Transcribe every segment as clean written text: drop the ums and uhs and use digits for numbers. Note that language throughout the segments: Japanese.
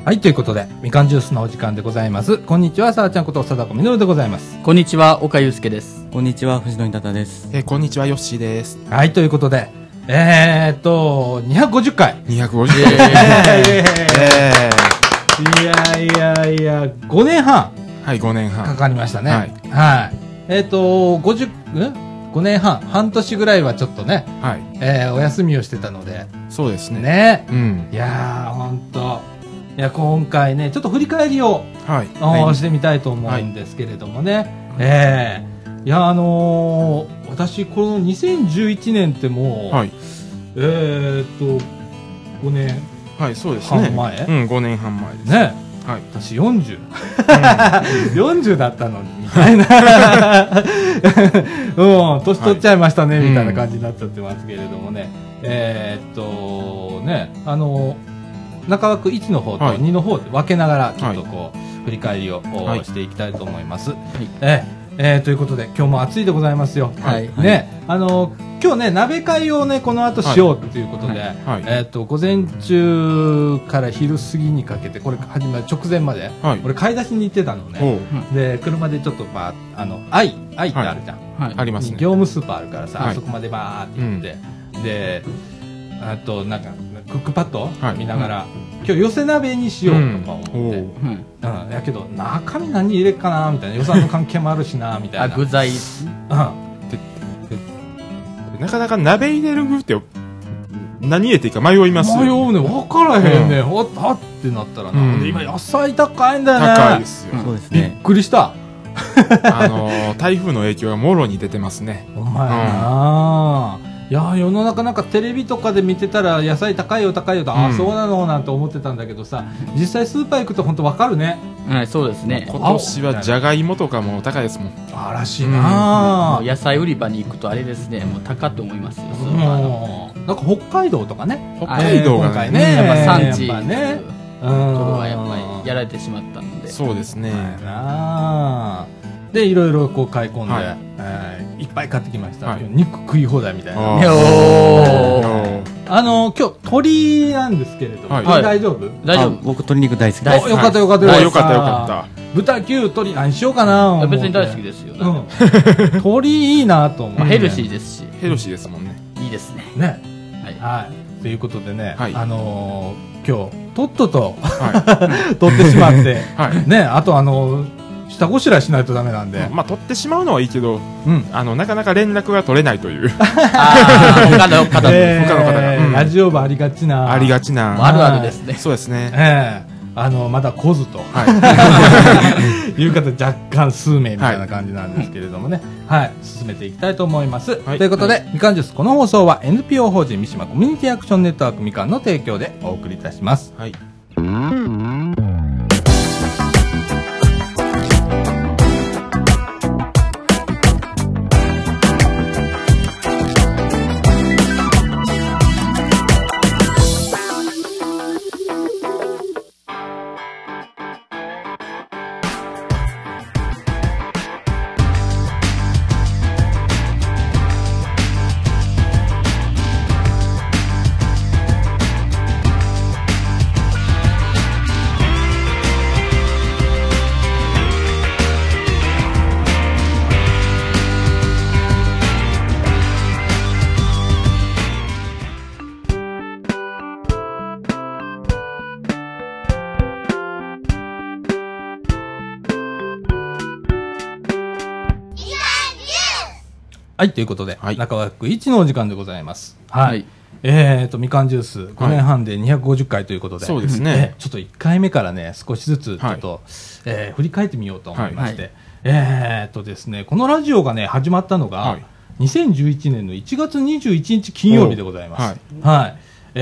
はい、ということで、みかんジュースのお時間でございます。こんにちは、さあちゃんこと貞子みのるでございます。 こんにちは、岡祐介です。 こんにちは、藤野稲田です。 こんにちは、ヨッシーです。 はい、ということで、250回。 250 回。いや、5年半。 はい、5年半。 かかりましたね。 はい。 はい。5年半、半年ぐらいはちょっとね、 はい。 お休みをしてたので。 そうですね。 ね。 うん。 いやー、ほんと。いや、今回ね、ちょっと振り返りを、 はい。 してみたいと思うんですけれどもね。いや、私、この2011年ってもう、はい。5年。 はい、そうですね。 半前。 うん、5年半前です。 ね。 はい。 私40。40だったのに、みたいな。年取っちゃいましたね、みたいな感じになっちゃってますけれどもね。中枠1の方と2の方で分けながら、ちょっとこう、振り返りをしていきたいと思います。ということで、今日も暑いでございますよ。はい。ね、今日ね、鍋会をね、この後しようということで、午前中から昼過ぎにかけて、これ始まる直前まで、俺買い出しに行ってたのね。で、車でちょっと愛ってあるじゃん。 ありますね。 業務スーパーあるからさ、あそこまでバーって行って、で、なんか、クックパッド見ながら、今日寄せ鍋にしようとか思って。やけど、中身何入れっかなみたいな。予算の関係もあるしなみたいな。 具材。 なかなか鍋入れる具って何入れていいか迷いますよ。 迷うね。分からへんね。はってなったらな。今野菜高いんだよね。 高いですよ。 そうですね。 びっくりした。 台風の影響がもろに出てますね。 お前な。いや世の中なんかテレビとかで見てたら野菜高いよと、あ、そうなのなんて思ってたんだけどさ、実際スーパー行くと本当わかるね。 はい、そうですね。 今年はじゃがいもとかも高いですもん。 あらしいな。 野菜売り場に行くとあれですね、もう高いと思いますよ。 なんか北海道とかね。 北海道が今回ね、 やっぱ産地ね、 とこがやっぱりやられてしまったので。 そうですね。 でいろいろこう買い込んで、いっぱい買ってきました。肉食い放題みたいな。今日鶏なんですけれども、大丈夫？ 大丈夫。僕鶏肉大好きです。 よかった。豚、牛、鶏何しようかな。 別に大好きですよ。 鶏いいなと思う。 ヘルシーですし。 ヘルシーですもんね。 いいですね。 ね。はい。ということでね、今日とっとと取ってしまって、ね、あと下ごしらえしないとダメなんで。 まあ、取ってしまうのはいいけど、なかなか連絡が取れないという。 他の方が。 ラジオ部ありがちな。 ありがちな。 あるあるですね。 そうですね。 まだ来ずと。いう方若干数名みたいな感じなんですけれどもね。はい。進めていきたいと思います。ということで、みかんジュース、この放送は NPO 法人三島コミュニティアクションネットワークみかんの提供でお送りいたします。はい。はい、ということで、中枠1のお時間でございます。はい。みかんジュース、5年半で250回ということで、 そうですね。 ちょっと1回目からね、少しずつ、ちょっと、振り返ってみようと思いまして、ですね、このラジオがね、始まったのが、2011年の1月21日金曜日でございます。はい。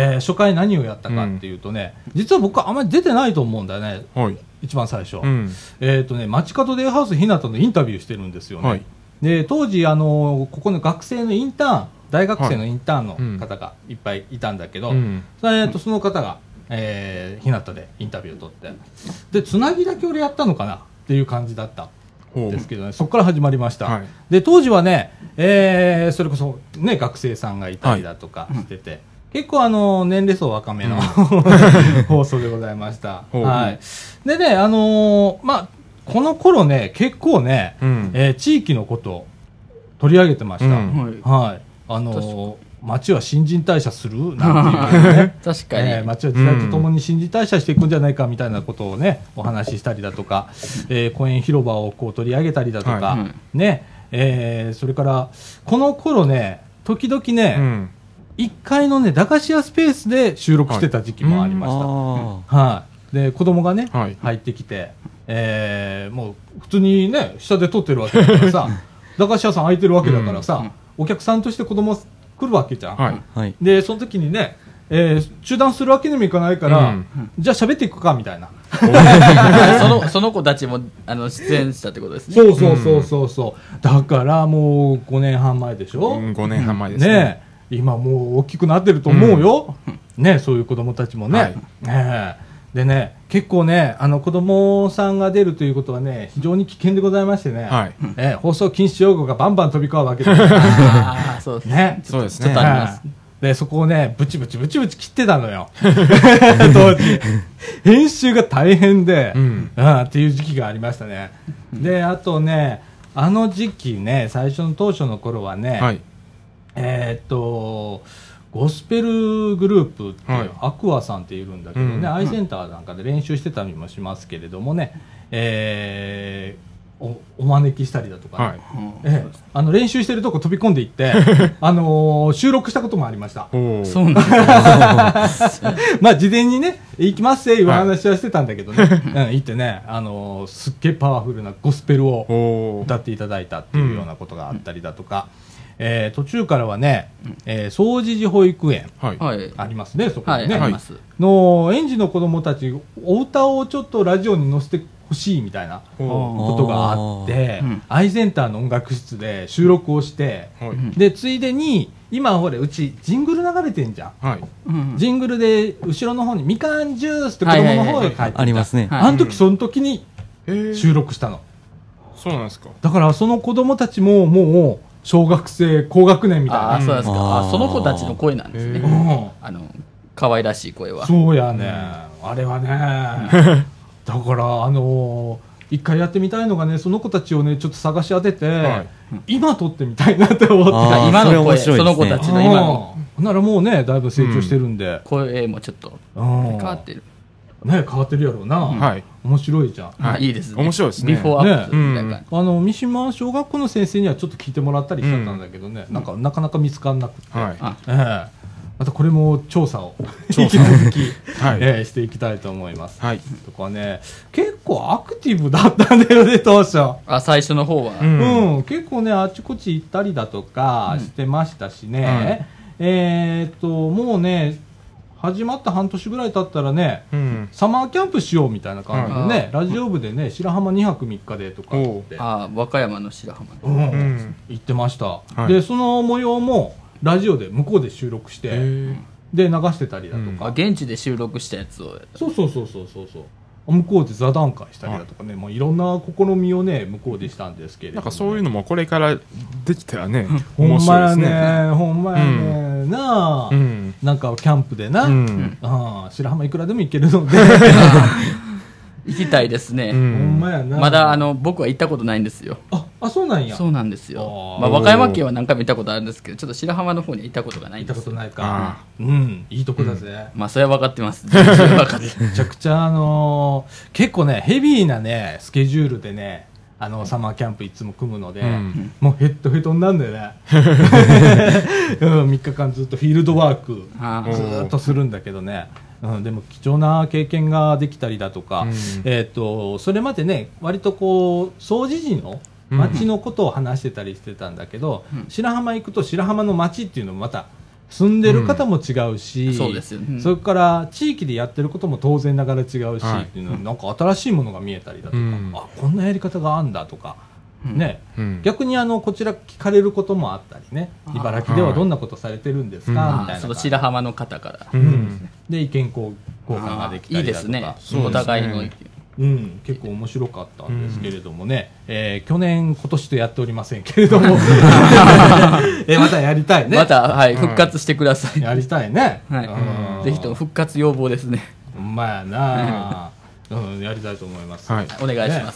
初回何をやったかっていうとね、実は僕はあまり出てないと思うんだよね。一番最初。街角デイハウスひなたのインタビューしてるんですよね。で当時ここの学生のインターン、大学生のインターンの方がいっぱいいたんだけど、その方が、ひなたでインタビューを取って、でつなぎだけ俺やったのかなっていう感じだったんですけどね、そこから始まりました。で当時はね、それこそね学生さんがいたりだとかしてて、 結構年齢層若めの、放送でございました。はい。でね、まあ、この頃ね、結構ね、地域のことを取り上げてました。はい。町は新陳代謝するなんていうね。 確かに。 町は時代とともに新陳代謝していくんじゃないかみたいなことをね、お話ししたりだとか、公園広場をこう取り上げたりだとか、ね、それから、この頃ね、時々ね、1階のね、駄菓子屋スペースで収録してた時期もありました。はい。で、子供がね、入ってきて、もう普通にね、下で撮ってるわけだからさ、駄菓子屋さん空いてるわけだからさ、お客さんとして子供来るわけじゃん。で、その時にね、中断するわけにもいかないから、じゃあ喋っていくかみたいな。 その子たちも出演したってことですね。 そう。だからもう5年半前でしょ。 5年半前ですね。今もう大きくなってると思うよ。ね、そういう子供たちもね。でね、結構ね、子供さんが出るということはね、非常に危険でございましてね、放送禁止用語がバンバン飛び交うわけです。 そうですね。 そうですね。 ちょっとあります。 で、そこをね、ブチブチ切ってたのよ。当時。編集が大変で、っていう時期がありましたね。で、あとね、あの時期ね、最初の当初の頃はね、ゴスペルグループっていう、アクアさんっているんだけどね、アイセンターなんかで練習してたりもしますけれどもね、お招きしたりだとか、練習してるとこ飛び込んでいって、収録したこともありました。 そうなんですまあ事前にね、行きますっていう話はしてたんだけどね、行ってね、すっげえパワフルなゴスペルを歌っていただいたっていうようなことがあったりだとか、途中からはね、総持寺保育園、ありますね、そこにね、の園児の子供たち、お歌をちょっとラジオに載せてほしいみたいなことがあって、アイセンターの音楽室で収録をして、で、ついでに、今ほれ、うちジングル流れてんじゃん。ジングルで後ろの方にみかんジュースって子供の方で書いてありますね。 あの時、その時に収録したの。 そうなんですか。 だからその子供たちももう、小学生高学年みたいな。 そうですか。その子たちの声なんですね。可愛らしい声は。 そうやね。あれはね。だから一回やってみたいのがね、その子たちをねちょっと探し当てて、今撮ってみたいなって思って。 今の声、その子たちの今の。 ならもうねだいぶ成長してるんで。 声もちょっと変わってる。 ね、変わってるやろうな。面白いじゃん。いいですね。 面白いですね。 ビフォーアップみたいな感じ。 三島小学校の先生にはちょっと聞いてもらったりしちゃったんだけどね、なかなか見つからなくて。またこれも調査を引き続きしていきたいと思います。とかね、結構アクティブだったんだよね、当初。 最初の方は。 結構ね、あちこち行ったりだとかしてましたしね。もうね、始まった半年ぐらい経ったらね、サマーキャンプしようみたいな感じでね、ラジオ部でね、白浜2泊3日でとかって。 和歌山の白浜行ってました。で、その模様も、ラジオで向こうで収録してで流してたりだとか、 現地で収録したやつをそう向こうで座談会したりだとかね、もういろんな試みをね向こうでしたんですけれども、 なんかそういうのもこれからできたらね、 ほんまやね、ほんまやね、なあ、なんかキャンプでな、白浜いくらでも行けるので行きたいですね。 ほんまやな。 まだ僕は行ったことないんですよ。 そうなんや。 そうなんですよ。和歌山県は何回も行ったことあるんですけど、ちょっと白浜の方には行ったことがないんです。 行ったことないか。いいとこだぜ。 それは分かってます。めちゃくちゃ結構ねヘビーなねスケジュールでねサマーキャンプいつも組むので、もうヘッドヘッドになるんだよね。3日間ずっとフィールドワークずっとするんだけどね。でも貴重な経験ができたりだとか、それまでね割とこう総持寺の町のことを話してたりしてたんだけど、白浜行くと白浜の町っていうのもまた住んでる方も違うし、それから地域でやってることも当然ながら違うし、っていうのなんか新しいものが見えたりだとか、こんなやり方があんだとか。ね、逆にこちら聞かれることもあったりね、茨城ではどんなことされてるんですかみたいな、 その白浜の方から、 で意見交換ができたりだとか、 いいですね、お互いの意見。 結構面白かったんですけれどもね、去年、今年とやっておりませんけれども、またやりたいね。 また、はい、復活してください。 やりたいね。 はい。ぜひとも復活要望ですね。 ほんまやな。やりたいと思います。 はい。お願いします。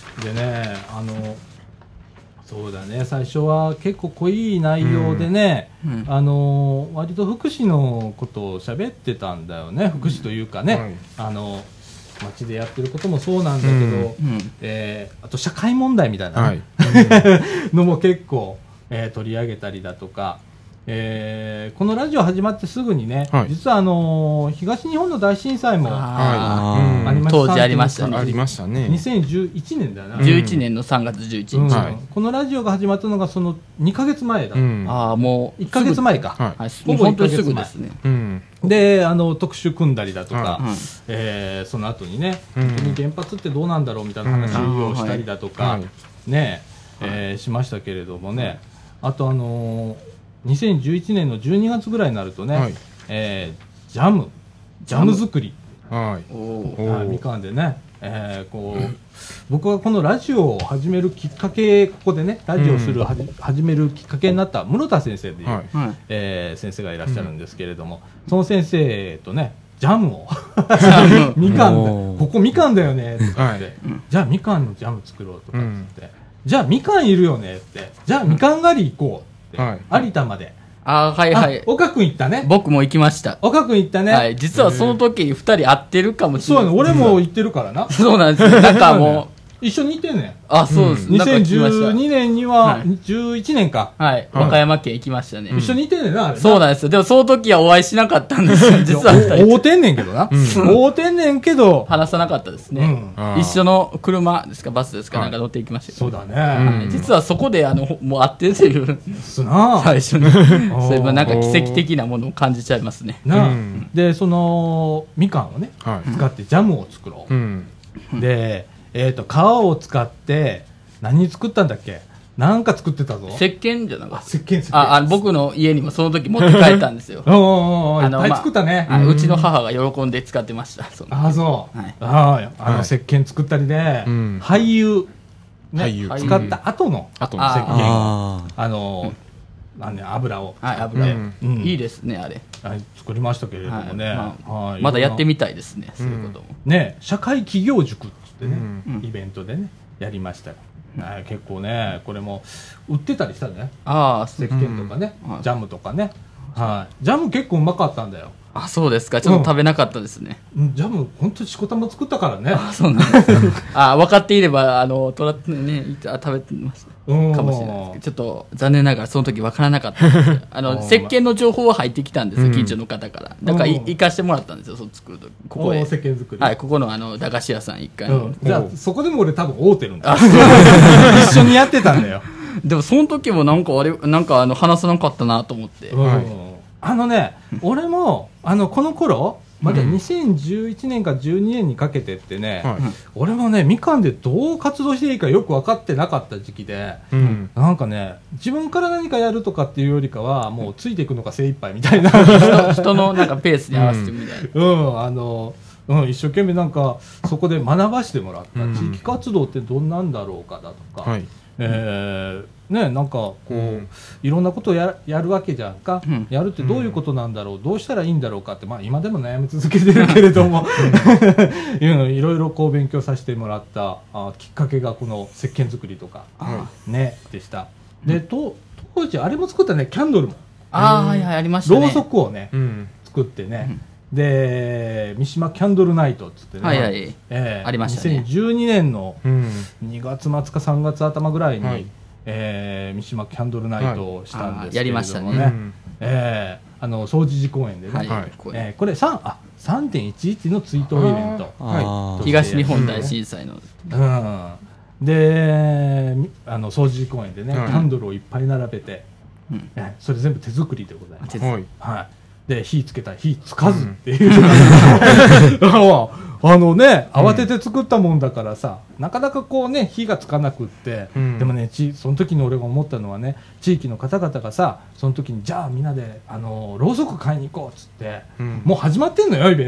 でね、そうだね、最初は結構濃い内容でね、割と福祉のことを喋ってたんだよね。福祉というかね、街でやってることもそうなんだけど、あと社会問題みたいな、のも結構、取り上げたりだとか、このラジオ始まってすぐにね、実は東日本の大震災もありました。 当時ありましたね。 ありましたね。 2011年だよな。 11年の3月11日。 このラジオが始まったのがその2ヶ月前だ。 ああ、もう 1ヶ月前か。 ほぼ本当にすぐですね。 で、特集組んだりだとか、その後にね、本当に原発ってどうなんだろうみたいな話をしたりだとか、ね、しましたけれどもね、あと2011年の12月ぐらいになるとね、ジャム作り、みかんでね、僕がこのラジオを始めるきっかけ、ここでねラジオを始めるきっかけになった室田先生という、先生がいらっしゃるんですけれども、その先生とねジャムをみかんここみかんだよねとかって、じゃあみかんのジャム作ろうとかって、じゃあみかんいるよねって、じゃあみかん狩り行こう有田まで。 はいはい。 岡君行ったね。 僕も行きました。 岡君行ったね。 はい。実はその時に2人会ってるかもしれない。 そうね、俺も行ってるからな。 そうなんですよ。なんかもう。 一緒に行ってんねん。 そうです。 2012年には、11年か。 はい。和歌山県行きましたね。 一緒に行ってんねんな、あれ。 そうなんですよ。でもその時はお会いしなかったんですよ、実は。 会うてんねんけどな。会うてんねんけど。 話さなかったですね。一緒の車ですか、バスですか、なんか乗って行きましたそうだね。 実はそこで、もう会ってるる。 すな最初に。そういえばなんか奇跡的なものを感じちゃいますね。 で、みかんをね、使ってジャムを作ろう。で、皮を使って何作ったんだっけ、なんか作ってたぞ。 石鹸じゃなかった。 石鹸。 僕の家にもその時持って帰ったんですよ。 いっぱい作ったね。 うちの母が喜んで使ってました。 そう。石鹸作ったりで、俳優使った後の石鹸、油を。 いいですね、あれ。 作りましたけれどもね。 まだやってみたいですね、そういうことも。 ね、社会企業塾ってね、イベントでね、やりました。結構ね、これも売ってたりしたね。石鹸とかね、ジャムとかね。ジャム結構うまかったんだよ。 そうですか。ちょっと食べなかったですね。 ジャム、本当にしこたま作ったからね。 そうなんです。分かっていれば、食べてました。かもしれないですけど、ちょっと残念ながらその時分からなかったんですよ。石鹸の情報は入ってきたんですよ、近所の方から。だから行かしてもらったんですよ、そう作ると。ここへ。 石鹸作り。 はい、ここの駄菓子屋さん一回。 じゃあ、そこでも俺多分会うてるんだ。一緒にやってたんだよ。 でもその時もなんか話さなかったなと思って。 俺もこの頃まだ2011年か12年にかけてってね、俺もねみかんでどう活動していいかよく分かってなかった時期で、なんかね自分から何かやるとかっていうよりかはもうついていくのが精一杯みたいな人のなんかペースに合わせてみたいな、一生懸命なんかそこで学ばしてもらった、地域活動ってどんなんだろうかだとか、なんかこう、いろんなことをやるわけじゃんか、やるってどういうことなんだろう、どうしたらいいんだろうかって、今でも悩み続けてるけれどもいろいろこう勉強させてもらったきっかけがこの石鹸作りとか、でした。で当時あれも作ったね、キャンドルもありましたね。 ろうそくをね、作ってね、で三島キャンドルナイトっつってね、 ありましたね。 2012年の2月末か3月頭ぐらいに、三島キャンドルナイトをしたんですけれどもね、総持寺公園でね、これ 3.11 の追悼イベント、 東日本大震災の、 で総持寺公園でね、キャンドルをいっぱい並べて、それ全部手作りでございます。で火つけたら火つかずっていう慌てて作ったもんだからさ、なかなかこうね火がつかなくって、でもねその時に俺が思ったのはね、地域の方々がさその時にじゃあみんなでろうそく買いに行こうっつって、もう始まってんのよイベント。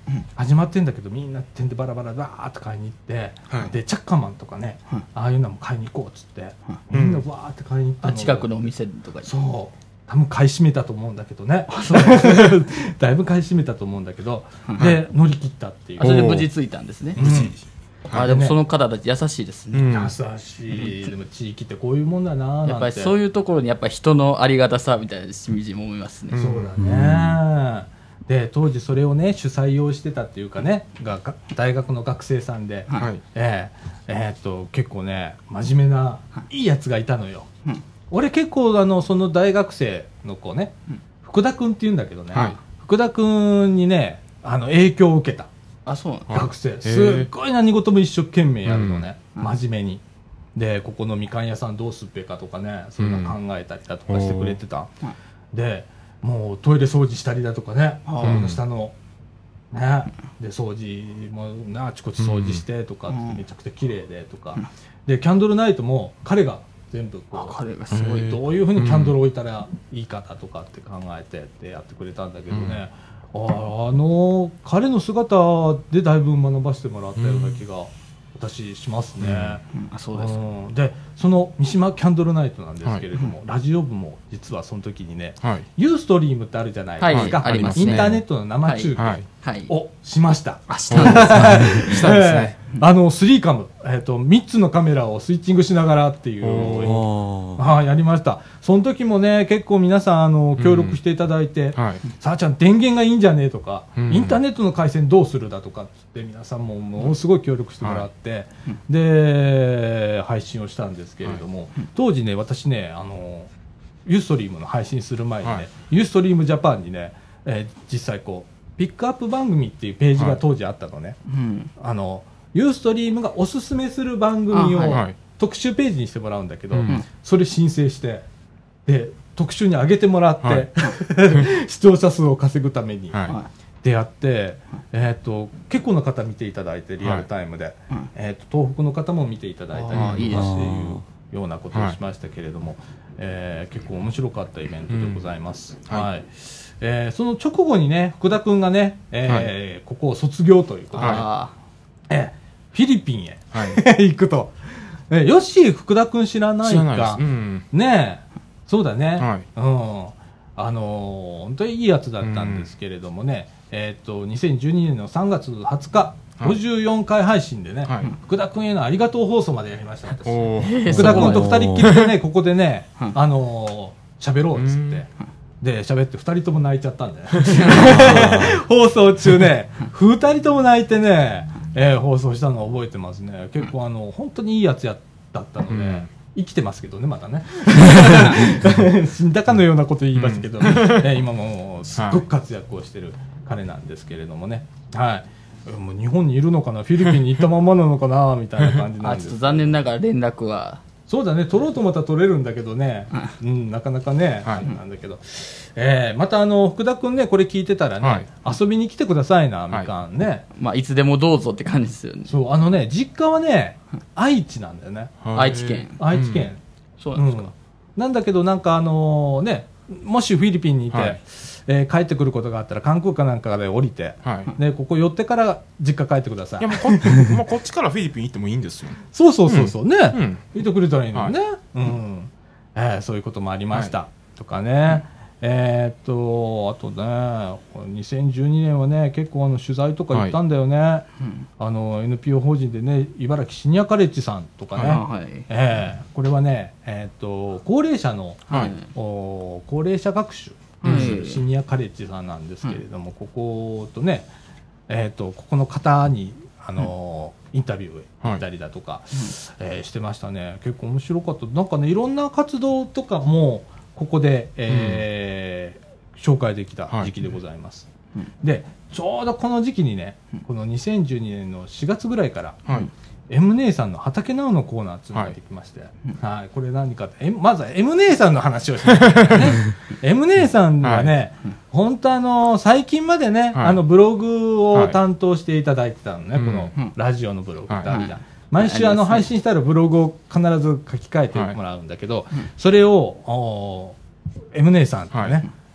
始まってんだけどみんな点でバラバラバーって買いに行って、でチャッカマンとかね、ああいうのも買いに行こうっつって、みんなバーって買いに行ったの近くのお店とかに。 そう多分買い占めたと思うんだけどねだいぶ買い占めたと思うんだけど、で乗り切ったっていう。 それで無事ついたんですね。でもその方たち優しいですね。 優しい。でも地域ってこういうもんだななんて。 やっぱりそういうところにやっぱり人のありがたさみたいなしみじみ思いますね。 そうだね。で当時それをね主催をしてたっていうかねが大学の学生さんで、結構ね真面目ないいやつがいたのよ。俺結構その大学生の子ね、福田君っていうんだけどね、福田君にね影響を受けた。 あ、そうなの。学生すっごい何事も一生懸命やるのね、真面目に。でここのみかん屋さんどうすっぺかとかねそういうの考えたりだとかしてくれてた。でもうトイレ掃除したりだとかね、下のねで掃除もあちこち掃除してとか、めちゃくちゃ綺麗でとか、でキャンドルナイトも彼が全部こう彼がすごいどういうふうにキャンドル置いたらいいかだとかって考えてってやってくれたんだけどね、彼の姿でだいぶ学ばせてもらったような気が私しますね。 そうです。 でその三島キャンドルナイトなんですけれども、ラジオ部も実はその時にね、ユーストリームってあるじゃないですか、インターネットの生中継をしました。したですね。3カム、3つのカメラをスイッチングしながらっていうやりました。その時もね結構皆さん協力していただいて、さあちゃん電源がいいんじゃねえとか、インターネットの回線どうするだとかって皆さんもものすごい協力してもらって、で配信をしたんですけれども、当時ね私ねユーストリームの配信する前にね、ユーストリームジャパンにね、実際こうピックアップ番組っていうページが当時あったのね、ユーストリームがおすすめする番組を特集ページにしてもらうんだけど、それ申請してで特集に上げてもらって、視聴者数を稼ぐためにでやって、結構な方見ていただいてリアルタイムで、東北の方も見ていただいたりとかっていうようなことをしましたけれども、結構面白かったイベントでございます。その直後にね福田君がね、ここを卒業ということで、フィリピンへ行くと。ヨッシー福田君知らないか。ねえそうだね。本当にいいやつだったんですけれどもね、2012年の3月20日54回配信でね、福田君へのありがとう放送までやりました私。福田君と2人っきりでねここでね喋ろうっつってで喋って2人とも泣いちゃったんだよ放送中ね2人とも泣いてね、放送したのを覚えてますね。結構本当にいいやつだったので、生きてますけどねまたね死んだかのようなこと言いますけど、今もすっごく活躍をしてる彼なんですけれどもね、もう日本にいるのかなフィリピンに行ったままなのかなみたいな感じなんです。 ちょっと残念ながら連絡はそうだね取ろうとまた取れるんだけどね、なかなかね、なんだけど、また福田君ねこれ聞いてたらね、遊びに来てくださいなみかんね、 いつでもどうぞって感じですよね。 そうね実家はね愛知なんだよね。 愛知県そうなんですか。なんだけどなんかねもしフィリピンにいて、帰ってくることがあったら韓国かなんかで降りて、でここ寄ってから実家帰ってください。 いやもうこっちからフィリピン行ってもいいんですよ。 そうね、いてくれたらいいのにね、そういうこともありました、とかね。あとね2012年はね結構取材とか行ったんだよね、NPO 法人でね茨城シニアカレッジさんとかね、これはね、高齢者の、高齢者学習シニアカレッジさんなんですけれども、こことね、ここの方にインタビューへ行ったりだとか、してましたね。結構面白かった。なんかねいろんな活動とかもここで、紹介できた時期でございます。でちょうどこの時期にねこの2012年の4月ぐらいから、M 姉さんの畑直のコーナーっていうのができまして、これ何かってまずは M 姉さんの話をしましたねM 姉さんはね、本当最近までね、ブログを担当していただいてたのね、このラジオのブログってあるじゃん。毎週配信したらブログを必ず書き換えてもらうんだけど、それをM 姉さんってね、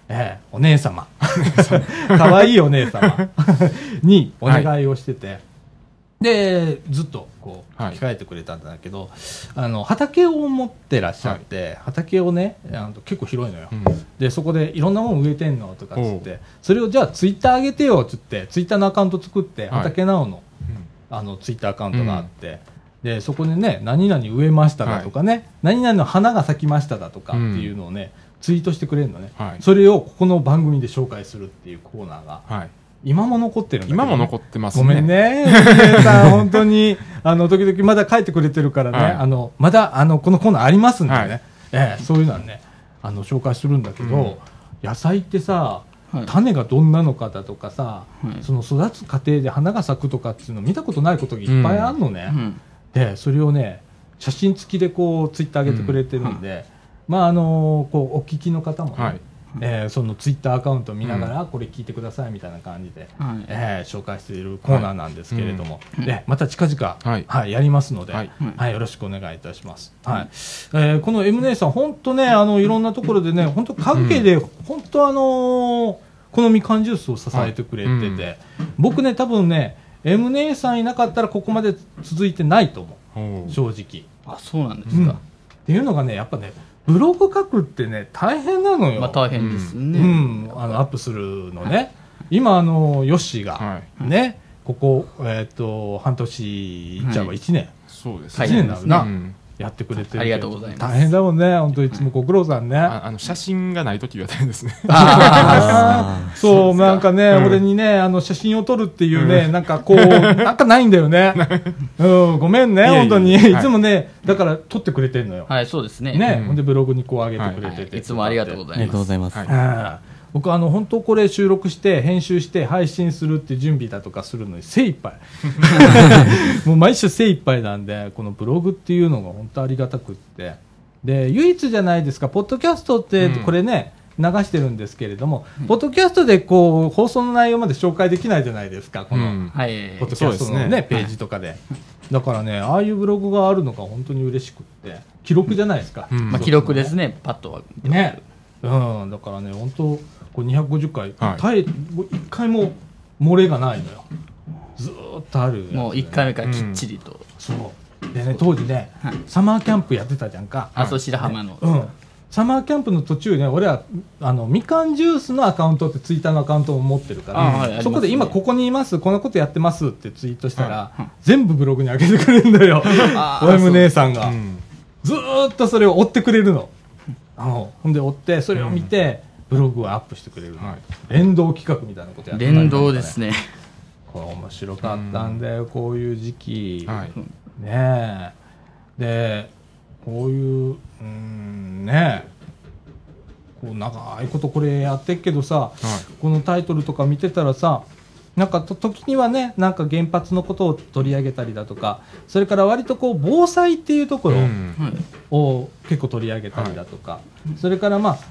お姉様可愛いお姉様にお願いをしてて、でずっとこう控えてくれたんだけど、畑を持ってらっしゃって、畑をね結構広いのよ、でそこでいろんなもん植えてんのとかっつって、それをじゃあツイッター上げてよっつってツイッターのアカウント作って、畑なおのツイッターアカウントがあって、でそこでね何々植えましただとかね、何々の花が咲きましただとかっていうのをね、ツイートしてくれるのね、それをここの番組で紹介するっていうコーナーが、今も残ってるんだけど、 今も残ってますね。 ごめんねさん本当に時々まだ書いてくれてるからね、まだこのコーナーありますんでね、そういうのはね紹介するんだけど、野菜ってさ、種がどんなのかだとかさ、その育つ過程で花が咲くとかっていうの見たことないことがいっぱいあるのね、でそれをね写真付きでこうツイッター上げてくれてるんで、まあこうお聞きの方もね、そのツイッターアカウントを見ながらこれ聞いてくださいみたいな感じで、紹介しているコーナーなんですけれども、また近々、やりますので、よろしくお願いいたします。この M 姉さん本当ねいろんなところでね本当関係で本当このみかんジュースを支えてくれてて、僕ね多分ね M 姉さんいなかったらここまで続いてないと思う、正直。 あ、そうなんですか。 っていうのがねやっぱねブログ書くってね大変なのよ。 大変ですね。 アップするのね。今ヨッシーがね、ここ半年いっちゃえば1年、 そうです 1年だろうな、やってくれてる。 ありがとうございます。 大変だもんね、本当いつもご苦労さんね。 写真がないときは大変ですね。 そう、なんかね、俺にね、写真を撮るっていうね、なんかこう、なんかないんだよね。ごめんね、本当に。いつもね、だから撮ってくれてんのよ。 はい、そうですね。 ね、ほんでブログにこう上げてくれてて。 いつもありがとうございます。 ありがとうございます。 僕本当これ収録して編集して配信するって準備だとかするのに精一杯もう毎週精一杯なんで、このブログっていうのが本当ありがたくって、で唯一じゃないですか、ポッドキャストってこれね、流してるんですけれども、ポッドキャストでこう放送の内容まで紹介できないじゃないですか、このポッドキャストのねページとかで。だからね、ああいうブログがあるのが本当に嬉しくって、記録じゃないですか。 記録ですね、パッとはね。だからね、本当こう250回、1回も漏れがないのよ。ずーっとある、 もう1回目からきっちりと。 そうでね、当時ね、サマーキャンプやってたじゃんか。 そう、白浜の。 サマーキャンプの途中ね、俺はみかんジュースのアカウントってツイッターのアカウントを持ってるから、そこで今ここにいます、こんなことやってますってツイートしたら、全部ブログに上げてくれるんだよ、OM 姉さんが。ずーっとそれを追ってくれるの。ほんで追ってそれを見て、ブログをアップしてくれる、連動企画みたいなことやってたりとか、ね、 連動ですね。 これ面白かったんだよ、こういう時期、ねえ。でこういうねえ、こう長いことこれやってっけどさ、このタイトルとか見てたらさ、なんか時にはね、なんか原発のことを取り上げたりだとか、それから割とこう防災っていうところを結構取り上げたりだとか、それからまあ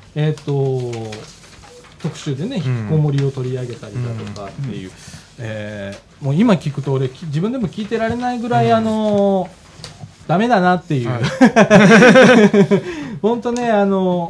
特集でね引きこもりを取り上げたりだとかっていう、もう今聞くと俺自分でも聞いてられないぐらいダメだなっていう、本当ね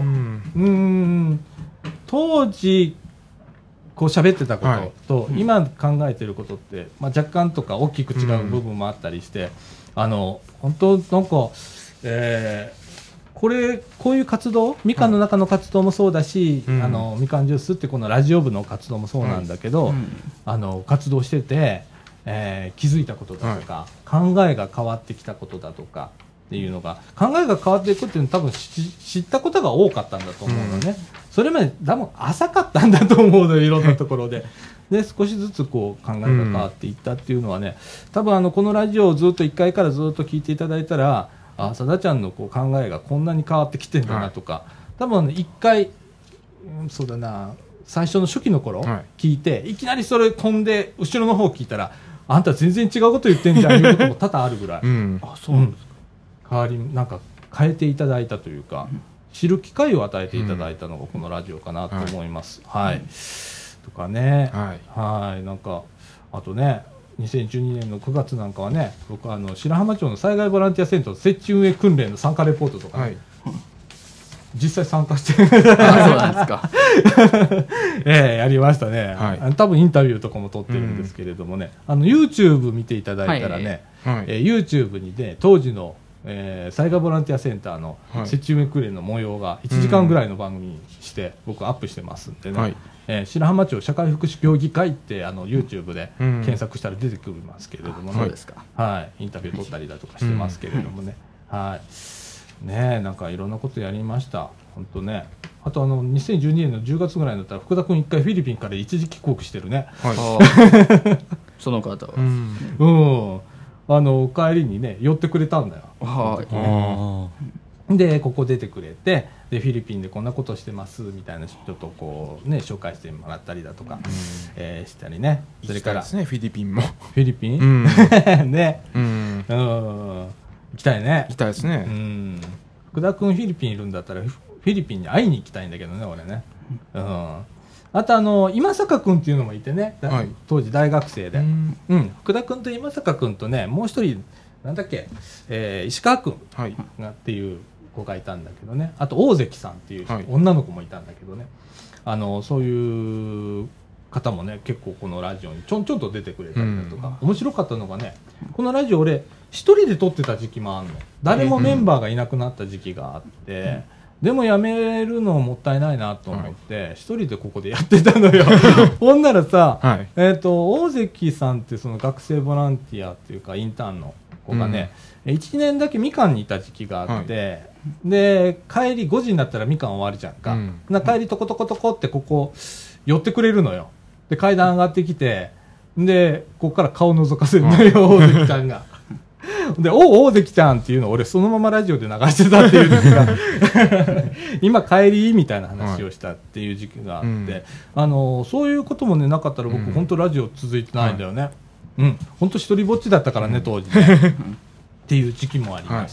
当時こう喋ってたことと、今考えてることって、若干とか大きく違う部分もあったりして、本当なんか、こういう活動、みかんの中の活動もそうだし、みかんジュースってこのラジオ部の活動もそうなんだけど、活動してて、気づいたことだとか、考えが変わってきたことだとかっていうのが、考えが変わっていくっていうのは多分知ったことが多かったんだと思うのね。それまで多分浅かったんだと思うのよ、いろんなところで。で少しずつこう考えが変わっていったっていうのはね、多分このラジオをずっと1回からずっと聞いていただいたら、さだちゃんのこう考えがこんなに変わってきてんだなとか、多分1回、そうだな、最初の初期の頃聞いて、いきなりそれ飛んで後ろの方聞いたら、あんた全然違うこと言ってんじゃんいうことも多々あるぐらい、 そうなんですか。 代わりなんか変えていただいたというか、知る機会を与えていただいたのがこのラジオかなと思います。とかね、なんかあとね、2012年の9月なんかはね、僕白浜町の災害ボランティアセンター設置運営訓練の参加レポートとか、 実際参加してそうなんですか。 やりましたね、はい、多分インタビューとかも撮ってるんですけれどもね、YouTube 見ていただいたらね、YouTube にね、当時の、災害ボランティアセンターの設置運営訓練の模様が1時間ぐらいの番組にして僕アップしてますんでね、白浜町社会福祉協議会ってYouTube で検索したら出てくるますけれどもね、はい、インタビュー撮ったりだとかしてますけれどもね、はいね、なんかいろんなことやりました本当ね。あと2012年の10月ぐらいになったら福田君1回フィリピンから一時帰国してるね、 その方は帰りにね寄ってくれたんだよ、でここ出てくれて、でフィリピンでこんなことしてますみたいなちょっとこうね紹介してもらったりだとか、したりね。それから行きたいですね、フィリピンも。 フィリピン、ね、行きたいね。 行きたいですね。 福田君フィリピンいるんだったらフィリピンに会いに行きたいんだけどね俺ね。あと今坂君っていうのもいてね、当時大学生で、福田君と今坂君とね、もう一人なんだっけ、石川君がっていう子がいたんだけどね、あと大関さんっていう女の子もいたんだけどね、そういう方もね結構このラジオにちょんちょんと出てくれたりだとか、面白かったのがね、このラジオ俺一人で撮ってた時期もあるの。誰もメンバーがいなくなった時期があって、でもやめるのもったいないなと思って一人でここでやってたのよほんならさ、大関さんってその学生ボランティアっていうかインターンの子がね、1年だけみかんにいた時期があって、で帰り5時になったらみかん終わるじゃんか、帰りトコトコトコってここ寄ってくれるのよ。で階段上がってきて、でここから顔覗かせるのよ、大関ちゃんがで大関ちゃんっていうのを俺そのままラジオで流してたっていう時期が今帰りみたいな話をしたっていう時期があって、そういうこともねなかったら僕本当ラジオ続いてないんだよね。本当一人ぼっちだったからね当時ねっていう時期もありました。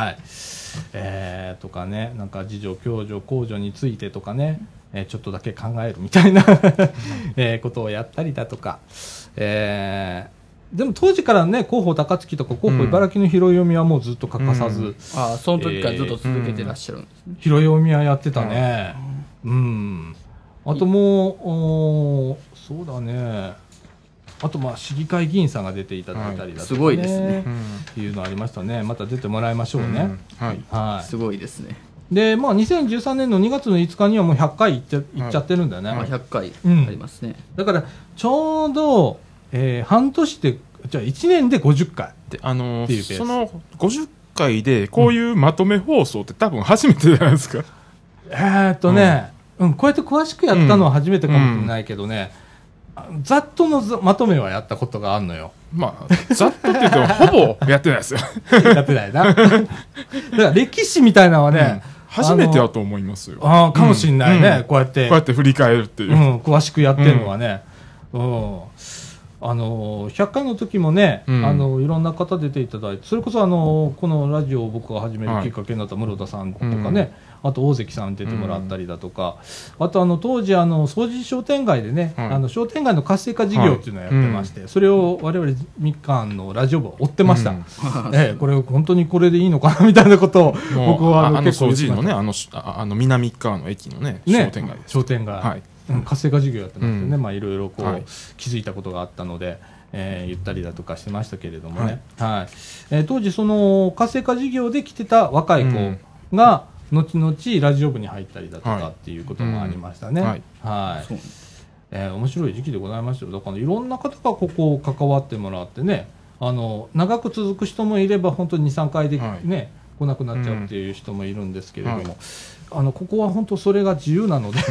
とかね、なんか自助共助公助についてとかね、ちょっとだけ考えるみたいなことをやったりだとか、でも当時からね広報高槻とか広報茨城の拾い読みはもうずっと欠かさず、 その時からずっと続けてらっしゃるんですね。 拾い読みはやってたね。あともうそうだね、あと市議会議員さんが出ていただいたりだとか、ね、 すごいですね、 いうのありましたね。また出てもらいましょうね。 すごいですね。 で2013年の2月の5日にはもう100回行っちゃってるんだよね。 100回ありますね。 だからちょうど、半年でじゃあ1年で50回っていうペース。 その50回でこういうまとめ放送って多分初めてじゃないですか。 こうやって詳しくやったのは初めてかもしれないけどね、ざっとのまとめはやったことがあるのよ。 ざっとって言ってもほぼやってないですよやってないなだから歴史みたいなのはね、 初めてだと思いますよ。 かもしれないね、こうやって振り返るっていう、 詳しくやってるのはね、100回の時もね、いろんな方出ていただいて、それこそこのラジオを僕が始めるきっかけになった室田さんとかね、あと大関さん出てもらったりだとか、あと当時掃除商店街でね、商店街の活性化事業っていうのをやってまして、それを我々みかんのラジオ部は追ってました。これ本当にこれでいいのかなみたいなことを僕は結構掃除のね、南側の駅のね商店街です。 商店街、活性化事業やってましてね、いろいろこう気づいたことがあったので、言ったりだとかしてましたけれどもね、当時その活性化事業で来てた若い子が後々ラジオ部に入ったりだとかっていうこともありましたね。面白い時期でございましたよ。だからいろんな方がここ関わってもらってね、長く続く人もいれば本当に 2,3 回でね、来なくなっちゃうっていう人もいるんですけれども、ここは本当それが自由なので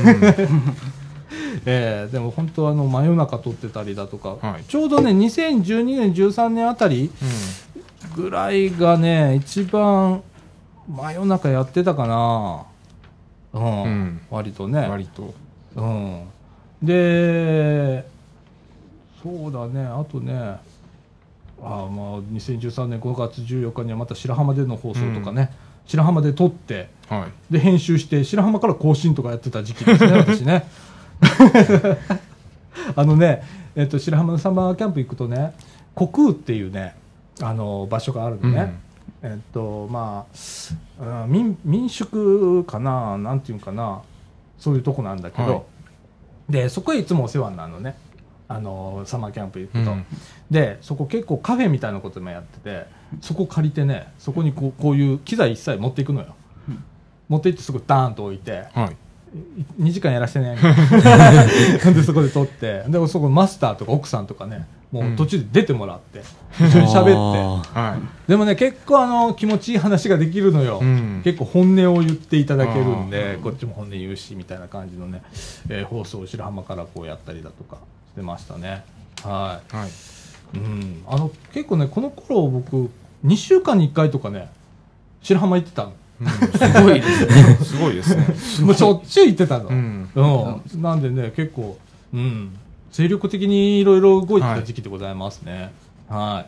でも本当真夜中撮ってたりだとか、ちょうどね2012年13年あたりぐらいがね一番真夜中やってたかな、割とね、でそうだね、あとね2013年5月14日にはまた白浜での放送とかね、白浜で撮って、で編集して白浜から更新とかやってた時期ですね私ね白浜のサマーキャンプ行くとね、虚空っていうね場所があるのね、 まあ、民宿かな、なんていうかな、そういうとこなんだけど、はい、でそこへいつもお世話になるのね、サマーキャンプ行くと、でそこ結構カフェみたいなこともやってて、そこ借りてね、そこにこういう機材一切持っていくのよ、持って行ってすぐダーンと置いて、はい、2時間やらせてねでそこで撮って、でそこマスターとか奥さんとかね、もう途中で出てもらって、一緒に喋って、はい、でもね結構気持ちいい話ができるのよ、結構本音を言っていただけるんで、こっちも本音言うしみたいな感じのね、放送を白浜からこうやったりだとかしてましたね。はい、はい、結構ねこの頃僕2週間に1回とかね白浜行ってたの。 すごいですね。 すごいですね。 もうしょっちゅう行ってたの。なんでね結構、精力的にいろいろ動いてた時期でございますね。はい。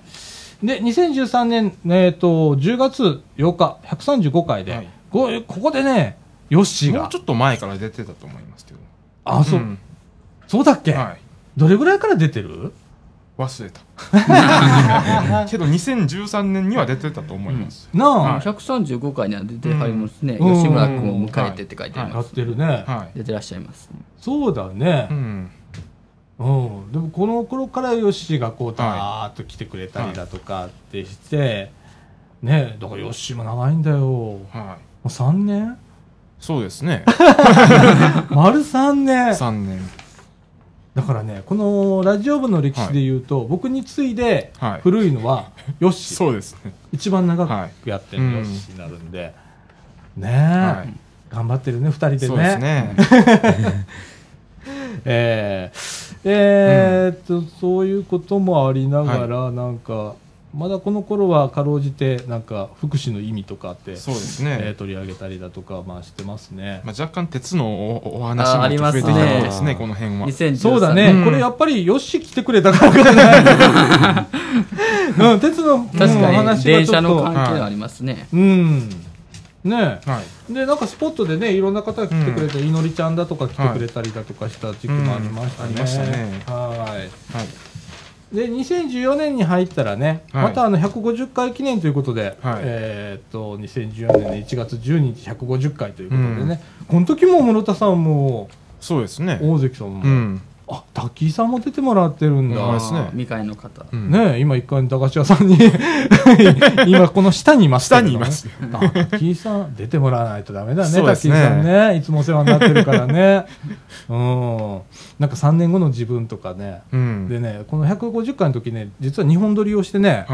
で2013年10月8日135回で、はい、ここでねヨッシーがもうちょっと前から出てたと思いますけど。 あ、そうだっけ？はい。どれぐらいから出てる？ 忘れたけど2013年には出てたと思います、 なあ、135回には出てはりますね、吉村君を迎えてって書いてあります、 やってるね、 出てらっしゃいます、 そうだね、でもこの頃からヨッシーがこうダーッと来てくれたりだとかってして、ね、だからヨッシーも長いんだよ、もう3年？ そうですね丸3年 3年だからね、このラジオ部の歴史でいうと、僕に次いで古いのはヨッシー、 そうですね、 一番長くやってるヨッシーになるんで、ねえ、頑張ってるね、2人でね。そうですねそういうこともありながら、なんかまだこの頃はかろうじてなんか福祉の意味とかって、 そうですね、 取り上げたりだとか、してますね。 若干鉄のお話も増えてきたんですね、この辺は。 そうだね、これやっぱりヨッシー来てくれたからかな鉄の確かに電車の関係ありますね。 ねえ、でなんかスポットでねいろんな方が来てくれて、いのりちゃんだとか来てくれたりだとかした時期もありましたね。はい。で2014年に入ったらね、また150回記念ということで、2014年の1月12日150回ということでね、この時も室田さんもそうですね、 大関さんも、滝井さんも出てもらってるんだ。 未開の方。 ねえ、今1階の駄菓子屋さんに今この下にいますけど、ね。下にいます。滝井さん出てもらわないとダメだね。滝井さんね、いつもお世話になってるからね。なんか3年後の自分とかね。でね、この150回の時ね、実は2本撮りをしてね、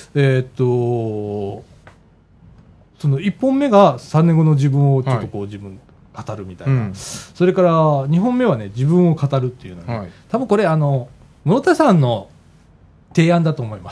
その1本目が3年後の自分をちょっとこう自分語るみたいな、それから2本目はね自分を語るっていうのね、多分これ室田さんの提案だと思います、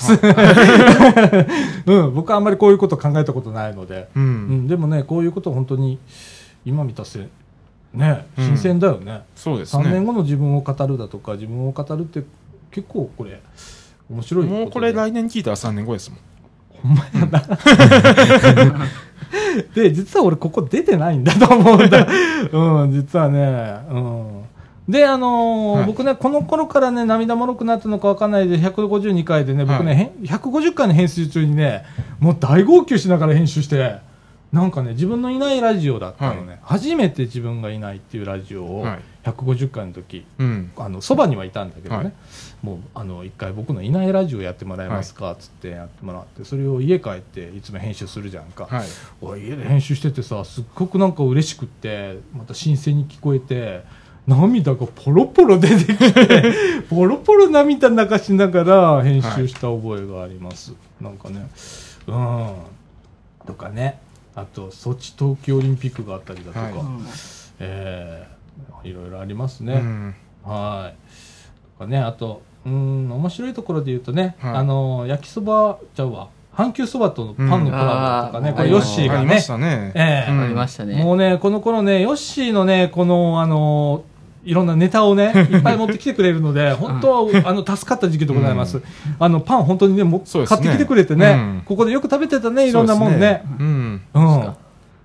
僕はあんまりこういうこと考えたことないので、でもねこういうこと本当に今見たせね新鮮だよね、 そうですね。 3年後の自分を語るだとか自分を語るって結構これ面白いことで、 もうこれ来年聞いたら3年後ですもん。 ほんまやなで実は俺ここ出てないんだと思うんだ実はね、で僕ねこの頃からね涙もろくなったのか分かんないで152回でね僕ね、150回の編集中にねもう大号泣しながら編集して、なんかね自分のいないラジオだったのね、初めて自分がいないっていうラジオを150回の時、そばにはいたんだけどね、もう一回僕のいないラジオやってもらえますかっつってやってもらって、それを家帰っていつも編集するじゃんか、家で編集しててさすっごくなんか嬉しくってまた新鮮に聞こえて涙がポロポロ出てきてポロポロ涙流しながら編集した覚えがあります、なんかねとかね、あとソチ冬季オリンピックがあったりだとか、いろいろありますね、はいとかね、あと面白いところで言うとね、焼きそばちゃうわ阪急そばとパンのコラボとかね、これヨッシーがねありましたね、 ありましたね。 もうねこの頃ねヨッシーのねこのいろんなネタをねいっぱい持ってきてくれるので本当助かった時期でございます、パン本当にね買ってきてくれてね、ここでよく食べてたねいろんなもんね、こ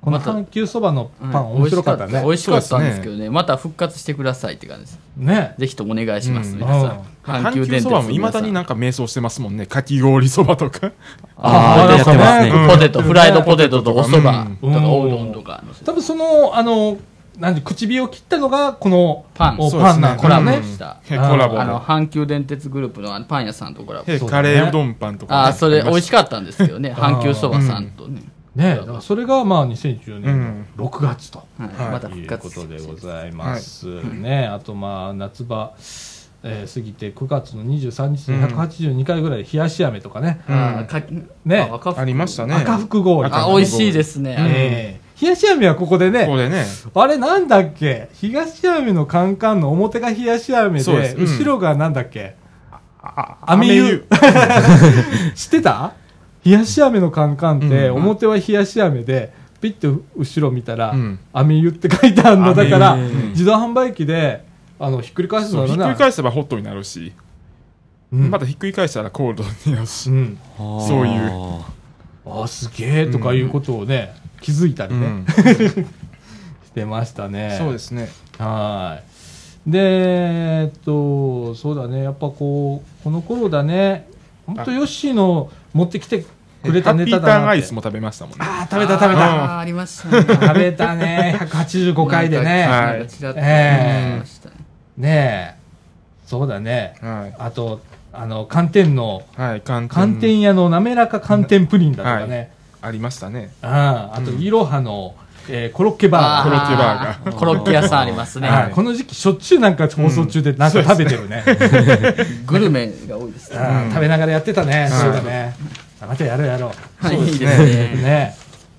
この阪急そばのパン面白かったね。 美味しかったんですけどね、また復活してくださいって感じですね。ぜひともお願いします、皆さん。 阪急そばもいまだになんか迷走してますもんね。かき氷そばとか。 ああ、やってますね。ポテト、フライドポテトとおそばとかおうどんとか。 多分その口火を切ったのがこのパンなんコラボした。 コラボ阪急電鉄グループのパン屋さんとコラボ。 カレーうどんパンとか。 あ、それ美味しかったんですけどね。阪急そばさんとね。 ね、だからそれがまあ2010年の6月と、 また復活いうことでございますね。あとまあ夏場過ぎて9月の23日に182回ぐらい冷やし飴とかね、 ねありましたね。 赤福氷、 美味しいですね。 冷やし飴はここでね、あれなんだっけ、東飴のカンカンの表が冷やし飴で、後ろがなんだっけ、飴湯知ってた？冷やし飴のカンカンって表は冷やし飴でピッて後ろ見たら飴湯って書いてあるのだから、自動販売機でひっくり返すのひっくり返せばホットになるし、またひっくり返したらコールドになるし、そういうすげえとかいうことをね気づいたりねしてましたね。 そうですね。 はい。でそうだね、やっぱこの頃だね、本当ヨッシーの持ってきてくれたネタだなって。ハッピーターンアイスも食べましたもんね。 食べた。 ありましたね。 食べたね。185回でね。ねえ。そうだね。あと、寒天の、寒天屋の滑らか寒天プリンだとかね。 ありましたね。 あと、いろはの、コロッケバー。コロッケ屋さんありますね。 この時期しょっちゅうなんか放送中でなんか食べてるね。 グルメが多いですね。 食べながらやってたね。そうだね。またやろう。 そうですね。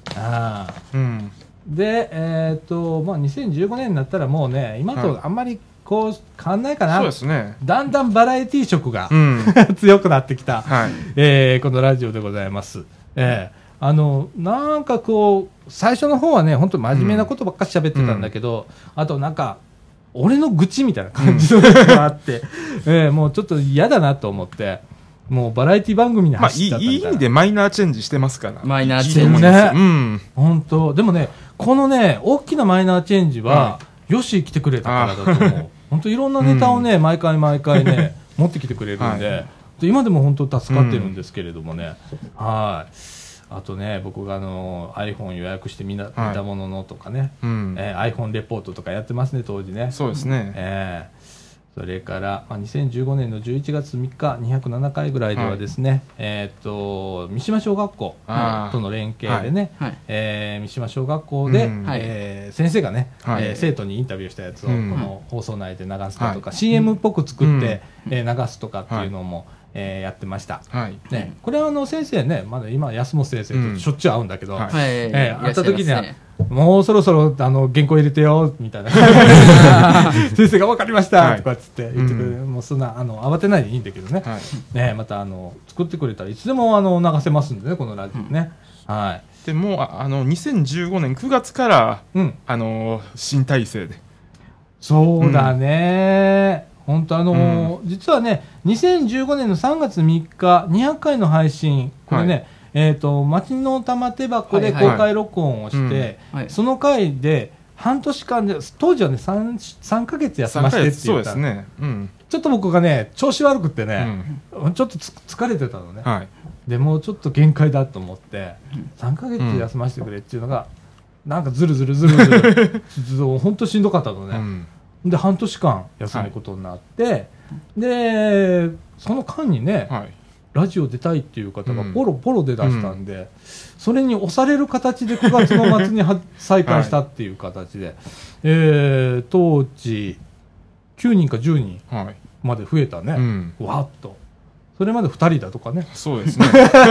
で、2015年になったらもうね、今とあんまりこう変わんないかな。 そうですね。 だんだんバラエティ色が強くなってきた、このラジオでございます。なんかこう最初の方はね本当に真面目なことばっかり喋ってたんだけど、あとなんか俺の愚痴みたいな感じのがあって、もうちょっと嫌だなと思ってもうバラエティ番組に走っちゃったみたいな。 いい意味でマイナーチェンジしてますから。 マイナーチェンジね。本当でもねこのね大きなマイナーチェンジは、よし来てくれたからだと思う。本当いろんなネタをね、毎回ね持ってきてくれるんで、今でも本当助かってるんですけれどもね。はい。あとね、僕がiPhone 予約して見たもののとかね、iPhone レポートとかやってますね、当時ね。 そうですね。 それから、2015年の11月3日、207回ぐらいではですね、三島小学校との連携でね、三島小学校で、先生がね、生徒にインタビューしたやつをこの放送内で流すとか、CM っぽく作って流すとかっていうのも、やってました。ね、これは先生ね、まだ今安本先生としょっちゅう会うんだけど、会った時にはもうそろそろ原稿入れてよみたいな先生が分かりましたとかっつって言ってくれる。もうそんな慌てないでいいんだけどね。ね、また作ってくれたらいつでも流せますんでね、このラジオね。はい。 でも2015年9月から新体制で。 そうだね。本当実はね2015年の3月3日200回の配信これね、町の玉手箱で公開録音をして、その回で半年間で当時はね 3ヶ月休ませてって言った。ちょっと僕がね調子悪くってね、ちょっと疲れてたのね、でもうちょっと限界だと思って3ヶ月休ませてくれっていうのがなんかずる本当しんどかったのね。で半年間休むことになって、でその間にね、ラジオ出たいっていう方がポロ出だしたんで、それに押される形で9月の末に再開したっていう形で、当時9人か10人まで増えたね、わっと。それまで2人だとかね、 そうですね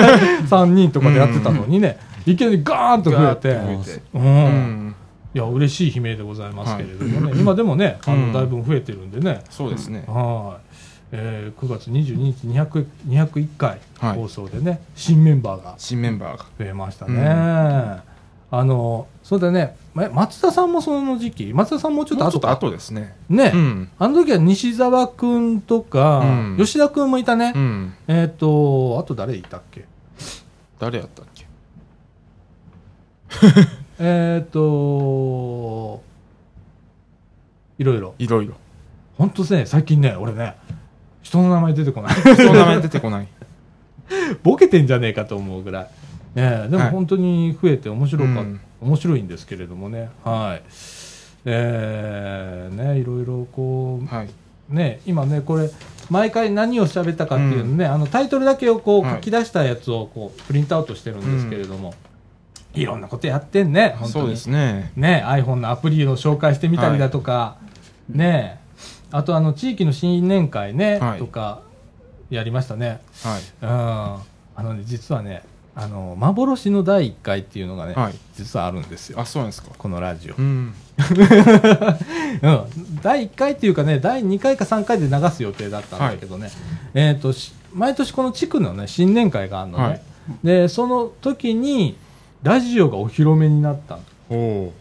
3人とかでやってたのにね、いきなりガーンと増えて、いや嬉しい悲鳴でございますけれどもね、今でもねだいぶ増えてるんでね。 そうですね。 9月22日201回放送でね、新メンバーが増えましたね。そうだね、松田さんもその時期、松田さんもうちょっと後ですね。 ね、あの時は西澤君とか吉田君もいたね。あと誰いたっけ？ 誰やったっけ？ いろいろ。 いろいろ。 ほんとね、最近ね、俺ね、人の名前出てこない。 人の名前出てこない。 ボケてんじゃねえかと思うぐらい。でも本当に増えて面白いんですけれどもね。はい。ね、いろいろこう、 はい、 ね、今ね、これ、毎回何を喋ったかっていうのね、タイトルだけをこう書き出したやつをこうプリントアウトしてるんですけれども、いろんなことやってんね、本当に。 そうですね。 ね、iPhone のアプリを紹介してみたりだとか、ね、あと地域の新年会ね、とか、やりましたね。はい。実はね、幻の第1回っていうのがね、実はあるんですよ。 あ、そうなんですか。 このラジオ。第1回っていうかね、第2回か3回で流す予定だったんだけどね、毎年この地区のね、新年会があるのね。で、その時に、ラジオがお披露目になったの。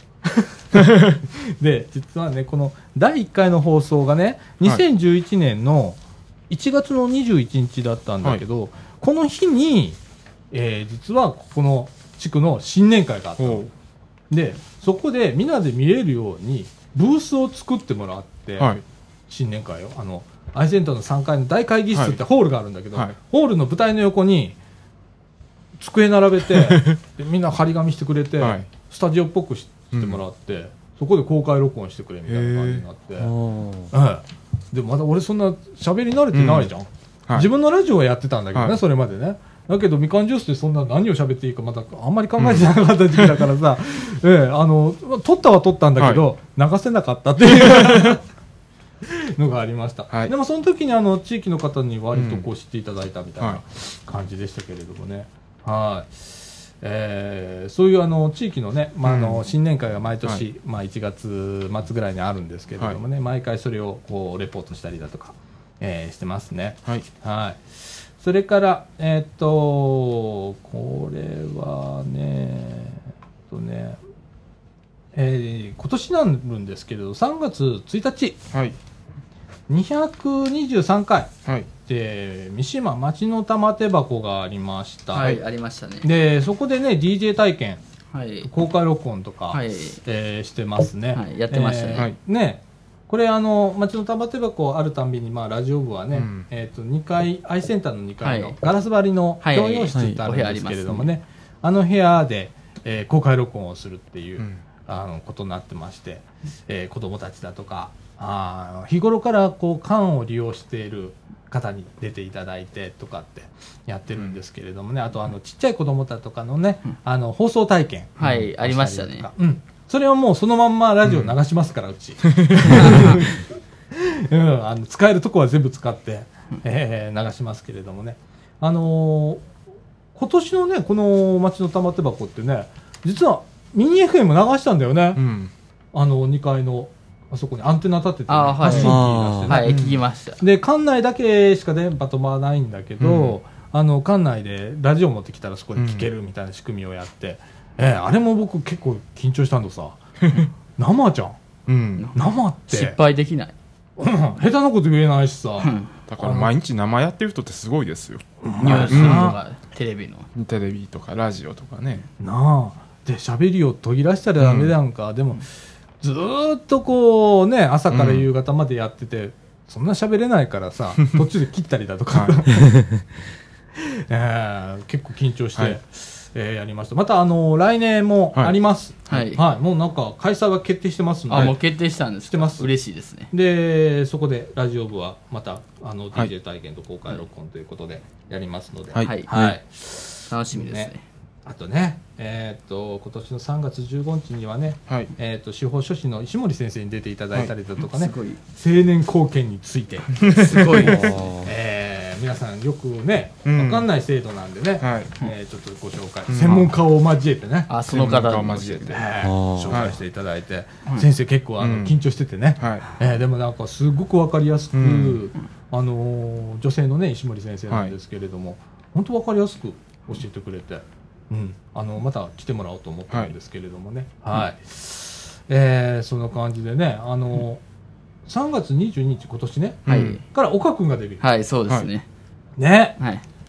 で、実はね、この第1回の放送がね、2011年の1月の21日だったんだけど、この日に、実はここの地区の新年会があったの。で、そこでみんなで見れるようにブースを作ってもらって、新年会をアイセンターの3階の大会議室ってホールがあるんだけど、ホールの舞台の横に机並べてでみんな張り紙してくれて、スタジオっぽくしてもらって、そこで公開録音してくれみたいな感じになって、でもまだ俺そんな喋り慣れてないじゃん、自分のラジオはやってたんだけどね、それまでね。だけどみかんジュースってそんな何を喋っていいかまだあんまり考えてなかった時期だからさ、撮ったは撮ったんだけど、流せなかったっていうのがありました、でもその時に地域の方に割とこう知っていただいたみたいな感じでしたけれどもね、そういう地域のね、新年会が毎年、1月末ぐらいにあるんですけれどもね、毎回それをこうレポートしたりだとか、してますね。それから、これはね、今年になるんですけれど、3月1日、223回、で三島町の玉手箱がありました。 ありましたね。 で、そこでね、DJ 体験、公開録音とか、してますね。 やってましたね。 これ町の玉手箱あるたんびに、ラジオ部はね、2階、アイセンターの2階のガラス張りの共用室ってあるんですけれどもね、部屋で、公開録音をするっていう、ことになってまして、子供たちだとか、日頃からこう缶を利用している方に出ていただいてとかってやってるんですけれどもね、あとちっちゃい子供だとかのね、放送体験、 ありましたね。 それはもうそのまんまラジオ流しますから、うち。使えるとこは全部使って、流しますけれどもね。今年のね、この町の玉手箱ってね、実はミニ FM 流したんだよね。2階の、あそこにアンテナ立てて、発信機出してね。聞きました。 で、館内だけしか電波飛ばないんだけど、館内でラジオ持ってきたらそこで聞けるみたいな仕組みをやって、あれも僕結構緊張したんださ。生じゃん。生って。 失敗できない。 下手なこと言えないしさ。 だから毎日生やってる人ってすごいですよ。 ニュースとか、テレビとかラジオとかね。 なあ。で、喋りを途切らしたらダメだんか。でも、ずーっとこうね、朝から夕方までやってて、そんな喋れないからさ、途中で切ったりだとか。結構緊張して。やりました。また来年もあります。もうなんか開催は決定してますので。 もう決定したんです。 してます。 嬉しいですね。 で、そこでラジオ部はまたDJ 体験と公開録音ということでやりますので、 楽しみですね。 あとね、今年の3月15日にはね、司法書士の石森先生に出ていただいたりだとかね、青年貢献について、 すごいです。 皆さんよくね、わかんない制度なんでね、ちょっとご紹介、専門家を交えてね、 その方を交えて紹介していただいて、先生結構緊張しててね、でもなんかすごくわかりやすく、女性のね、石森先生なんですけれども、本当わかりやすく教えてくれて、また来てもらおうと思ったんですけれどもね、そんな感じでね、3月22日今年ね、から岡君がデビュー。 そうですね。 ね。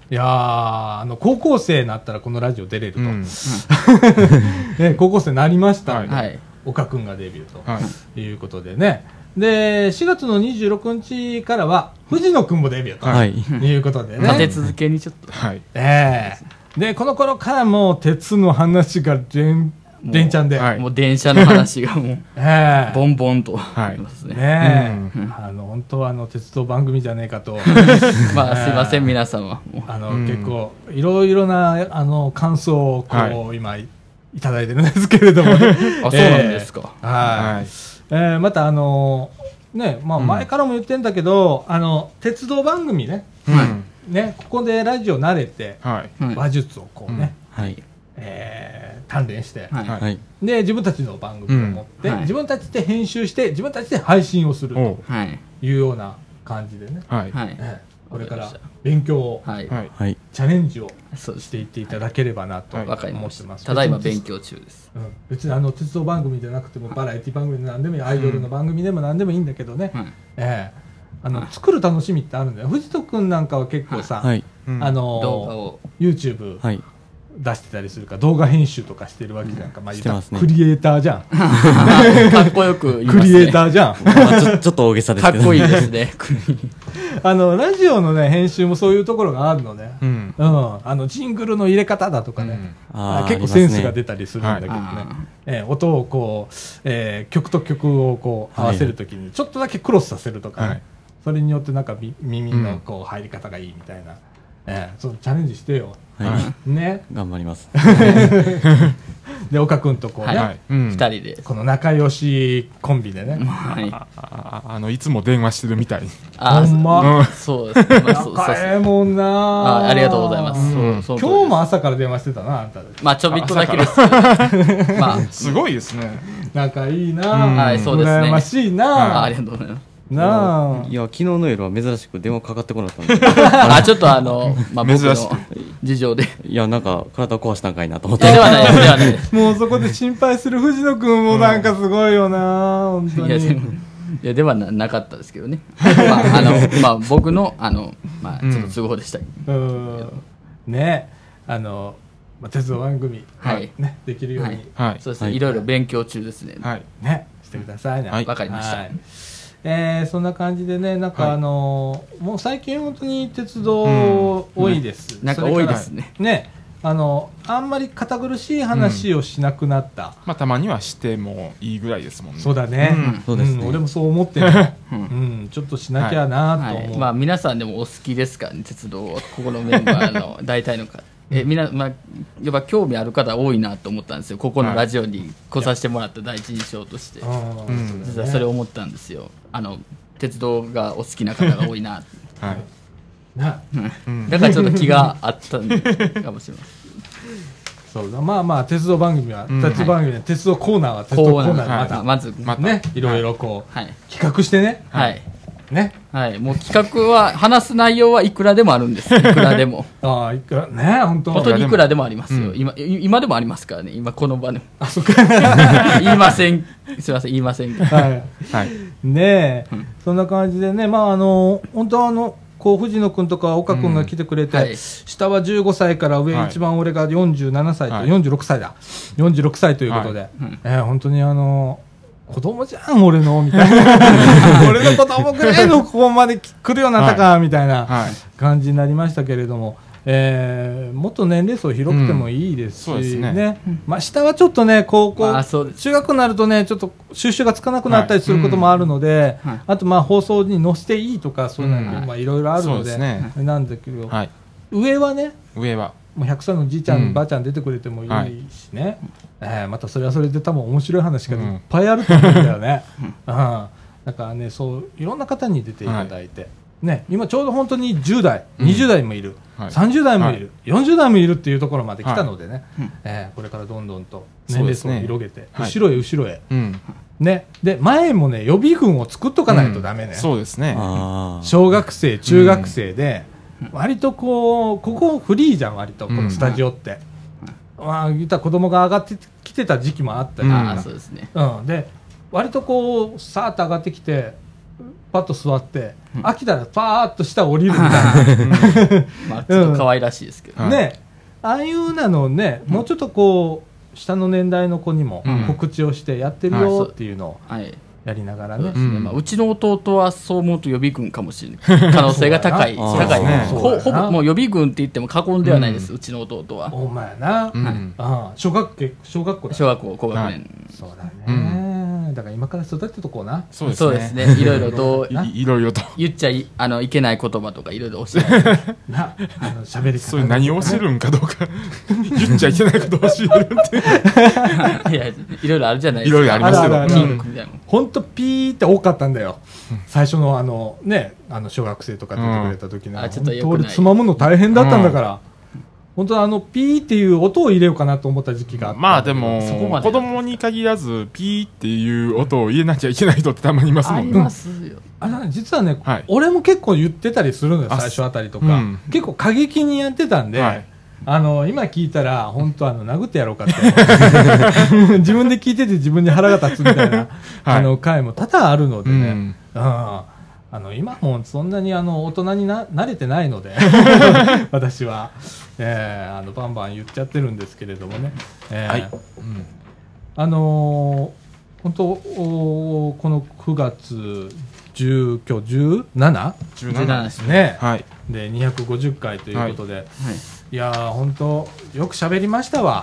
いや高校生になったらこのラジオ出れると、ね、高校生になりましたので、はい、岡君がデビューということでね、で4月の26日からは藤野君もデビューということでね、 立て続けにちょっと、 でこの頃からもう鉄の話が連チャンで、 もう電車の話がもう、ボンボンとありますね。 本当は鉄道番組じゃねえかとまあすいません皆様結構いろいろな感想をこう、今いただいてるんですけれども、ね、 あ、そうなんですか。 またね、まあ前からも言ってんだけど、鉄道番組ね、ね、ここでラジオ慣れて、話術をこうね、鍛錬して、で自分たちの番組を持って、自分たちで編集して自分たちで配信をするというような感じでね、これから勉強を、チャレンジをしていっていただければなと思ってます。 ただいま勉強中です。 別に鉄道番組じゃなくてもバラエティ番組で何でもいい、アイドルの番組でも何でもいいんだけどね、作る楽しみってあるんだよ。藤戸君なんかは結構さ、動画を YouTube 出してたりするから動画編集とかしてるわけじゃんか、 してますね。 クリエイターじゃんかっこよく言いますね。 クリエイターじゃんちょっと大げさですけど、 かっこいいですねラジオのね編集もそういうところがあるのね、ジングルの入れ方だとかね、結構センスが出たりするんだけどね、音をこう、曲と曲をこう合わせるときにちょっとだけクロスさせるとかね、それによってなんか耳のこう入り方がいいみたいな、そのチャレンジしてよ、ね、 頑張りますで岡君とこうね、 2人でこの仲良しコンビでね、 いつも電話してるみたいに。 ほんま、 そうですね、 仲ええもんな。 ありがとうございます。 今日も朝から電話してたな、あんた。 まあちょびっとだけです。まあすごいですね。 仲いいな。 はい、そうですね。 羨ましいな。 ありがとうございます。 なあ、いや昨日の夜は珍しく電話かかってこなかったんでちょっとまあ、僕の事情でいやなんか体壊したんかいなと思って。 ではないです、ではないです。 もうそこで心配する藤野君もなんかすごいよな、本当に。いやではなかったですけどねまあ僕のまあちょっと都合でしたね、鉄道番組ねできるように、 そうですね、いろいろ勉強中ですね。 ね、してくださいね。 わかりました。 そんな感じでね、なんかもう最近本当に鉄道多いです。 なんか多いですね。 ね、あんまり堅苦しい話をしなくなった。 まあたまにはしてもいいぐらいですもんね。 そうだね。 そうですね。 俺もそう思ってる。ちょっとしなきゃなと思う。 まあ皆さんでもお好きですかね、鉄道。ここのメンバーの大体の方。まあ、やっぱ興味ある方多いなと思ったんですよ。ここのラジオに来させてもらった第一印象として、実はそれを思ったんですよ。鉄道がお好きな方が多いなだからちょっと気があったんかもしれません。 そうだ、まあまあ鉄道番組は、鉄道コーナーは鉄道コーナーでまずね、いろいろこう企画してね、ね、 もう企画は話す内容はいくらでもあるんです。いくらでも。 いくらね、本当にいくらでもありますよ。今でもありますからね。今この場でも。 そっか。 言いません。すみません、言いません。 ねえ、そんな感じでね、まあ本当こう藤野君とか岡君が来てくれて、下は15歳から上一番俺が47歳と46歳だ。46歳ということで、本当に子供じゃん俺のみたいな俺の子供くらいのここまで来るようになったかみたいな感じになりましたけれども、もっと年齢層広くてもいいですしね、まあ下はちょっとね高校、中学になるとねちょっと収集がつかなくなったりすることもあるので、あとまあ放送に載せていいとかそういうのまあいろいろあるのでなんだけど、上はね、もう100歳のじいちゃん、ばあちゃん出てくれてもいいしね、またそれはそれで多分面白い話がいっぱいあると思うんだよね。だからね、そういろんな方に出ていただいて、ね、今ちょうど本当に10代、20代もいる、30代もいる、40代もいるっていうところまで来たのでね、これからどんどんと年齢層を広げて、後ろへ後ろへ、ね、で前もね予備軍を作っとかないとダメね。 そうですね。 小学生、中学生で割とここフリーじゃん、割とこのスタジオって、まあ言ったら子供が上がってきてた時期もあったりとか、 そうですね。 で割とこうさーっと上がってきてパッと座って、飽きたらパーッと下降りるみたいな。 まあ、ちょっと可愛らしいですけど。 ね、ああいうのをね、もうちょっとこう、下の年代の子にも告知をしてやってるよっていうのをやりながらね。 うちの弟はそう思うと予備軍かもしれない。可能性が高い。ほぼもう予備軍って言っても過言ではないです、うちの弟は。 お前な。小学校だ。 小学校、高学年。 そうだね。だから今から育てとこうな。 そうですね。いろいろと言っちゃいけない言葉とかいろいろ教えて。 喋りそういう何を教えるんかどうか言っちゃいけないことを教えるって。 いや、いろいろあるじゃないですか。いろいろありますよ。本当ピーって多かったんだよ。最初の小学生とか出てくれた時の。本当つまむの大変だったんだから。本当ピーっていう音を入れようかなと思った時期があった。 まあでも子供に限らずピーっていう音を入れなきゃいけない人ってたまにいますもんね。 ありますよ。 実はね、俺も結構言ってたりするのよ、最初あたりとか。結構過激にやってたんで、今聞いたら本当殴ってやろうかって自分で聞いてて自分に腹が立つみたいな回も多々あるのでね。今もそんなに大人に慣れてないので私は、バンバン言っちゃってるんですけれどもね、本当この9月今日 17 ですね、で250回ということで、いやー本当よく喋りましたわ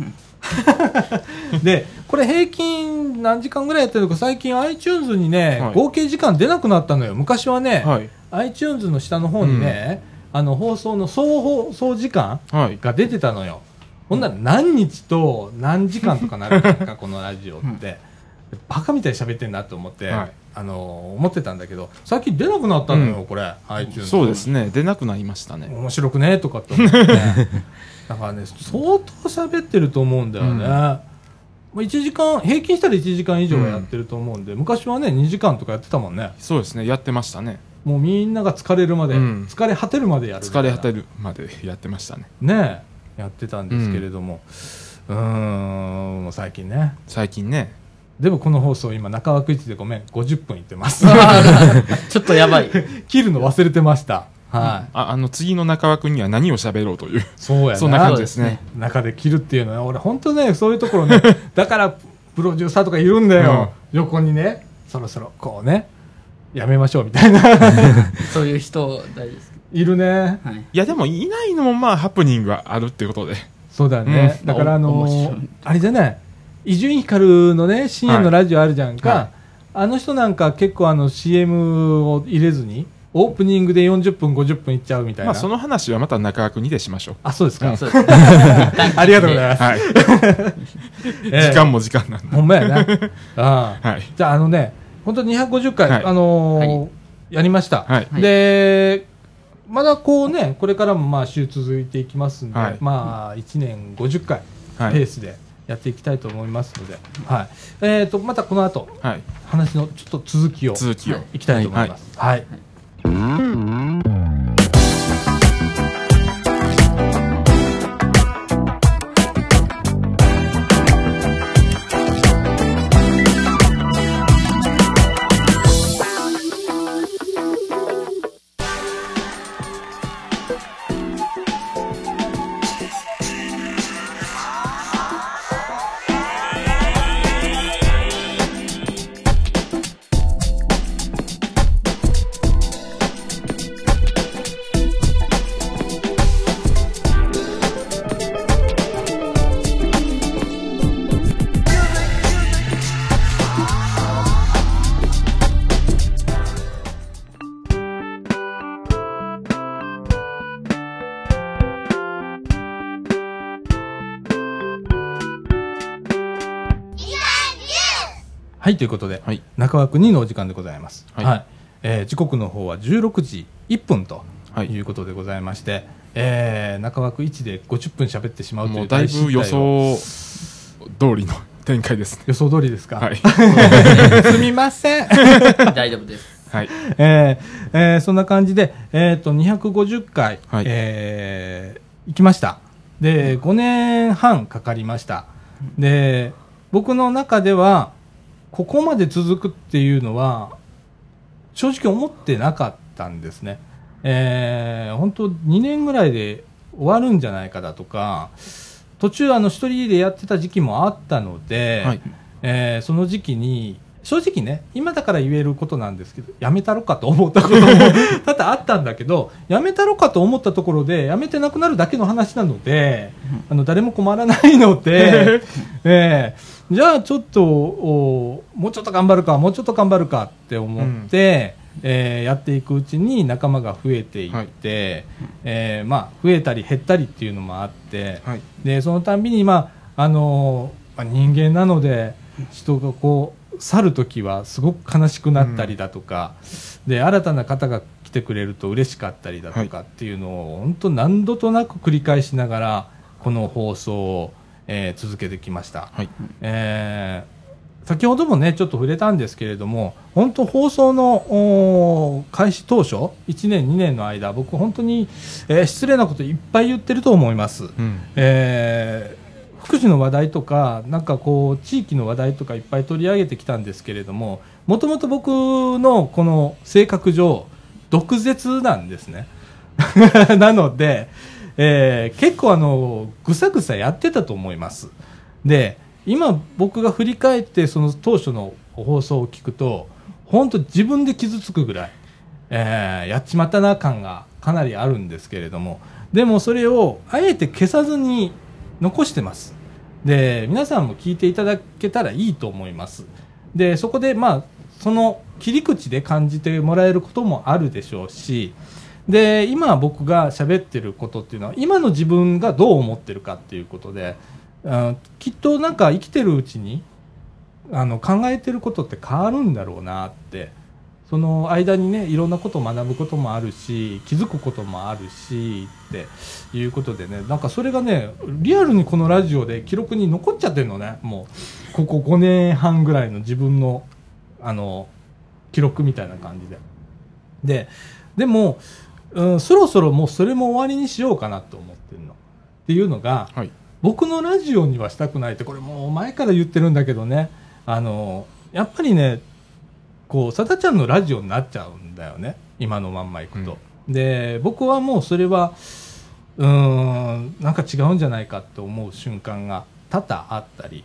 でこれ平均何時間ぐらいやってるのか最近 iTunes にね、合計時間出なくなったのよ。昔はね、iTunes の下の方にね、放送の総放送時間が出てたのよ。ほんなら何日と何時間とかなるんですかこのラジオってバカみたいに喋ってんなと思って、思ってたんだけど最近出なくなったのよ、これ iTunes。 そうですね、出なくなりましたね。 面白くねとかって思ってだからね相当喋ってると思うんだよね。1時間平均したら1時間以上はやってると思うんで、昔はね2時間とかやってたもんね。 そうですね、やってましたね。 もうみんなが疲れるまで、疲れ果てるまでやる。 疲れ果てるまでやってましたね。 ねやってたんですけれども、もう最近ね。でもこの放送今中枠1でごめん50分いってますちょっとやばい切るの忘れてました。 次の中枠には何を喋ろうというそんな感じですね。中で切るっていうのは俺本当ねそういうところねだからプロデューサーとかいるんだよ、横にねそろそろこうねやめましょうみたいなそういう人大事ですいるね、 いやでもいないのもまあハプニングがあるっていうことで。 そうだね、だからあれじゃない伊集院光のね深夜のラジオあるじゃんか、あの人なんか結構CM を入れずにオープニングで40分50分いっちゃうみたいな。 その話はまた中枠2でしましょう。 あ、そうですか、ありがとうございます、 時間も時間なんでほんまやなじゃあ本当に250回、やりました、でまだこうねこれからもまあ週続いていきますんで、まあ1年50回ペースでやっていきたいと思いますので、またこの後、話のちょっと続きをいきたいと思います。はい、ということで、中枠2のお時間でございます。時刻の方は16時1分ということでございまして、中枠1で50分喋ってしまうというだいぶ予想通りの展開です、ね、 予想通りですか。すみません大丈夫です。 そんな感じで、250回、行きました。で5年半かかりました。で僕の中ではここまで続くっていうのは正直思ってなかったんですね。本当2年ぐらいで終わるんじゃないかだとか、途中一人でやってた時期もあったので、はい、その時期に正直ね、今だから言えることなんですけど、やめたろかと思ったことも多々あったんだけど、やめたろかと思ったところでやめてなくなるだけの話なので、誰も困らないので、じゃあちょっともうちょっと頑張るかもうちょっと頑張るかって思って、やっていくうちに仲間が増えていって、はいまあ、増えたり減ったりっていうのもあって、はい、でそのたんびに、人間なので人がこう去るときはすごく悲しくなったりだとか、で新たな方が来てくれると嬉しかったりだとかっていうのを、本当何度となく繰り返しながらこの放送を、続けてきました、はい先ほどもねちょっと触れたんですけれども、本当放送の開始当初1年2年の間、僕本当に、失礼なこといっぱい言ってると思います、福祉の話題とかなんかこう地域の話題とかいっぱい取り上げてきたんですけれども、もともと僕のこの性格上毒舌なんですねなので、結構ぐさぐさやってたと思います。で今僕が振り返ってその当初の放送を聞くと、本当自分で傷つくぐらい、やっちまったな感がかなりあるんですけれども、でもそれをあえて消さずに残してます。で皆さんも聞いていただけたらいいと思います。でそこでその切り口で感じてもらえることもあるでしょうし、で今僕が喋ってることっていうのは今の自分がどう思ってるかっていうことで、きっとなんか生きてるうちに考えてることって変わるんだろうなって、その間にねいろんなことを学ぶこともあるし気づくこともあるしっていうことでね、なんかそれがねリアルにこのラジオで記録に残っちゃってるのね。もうここ5年半ぐらいの自分の記録みたいな感じでも、そろそろもうそれも終わりにしようかなと思ってるのっていうのが、はい、僕のラジオにはしたくないって、これもう前から言ってるんだけどね、やっぱりねこうさだちゃんのラジオになっちゃうんだよね、今のまんまいくと、で僕はもうそれはなんか違うんじゃないかと思う瞬間が多々あったり、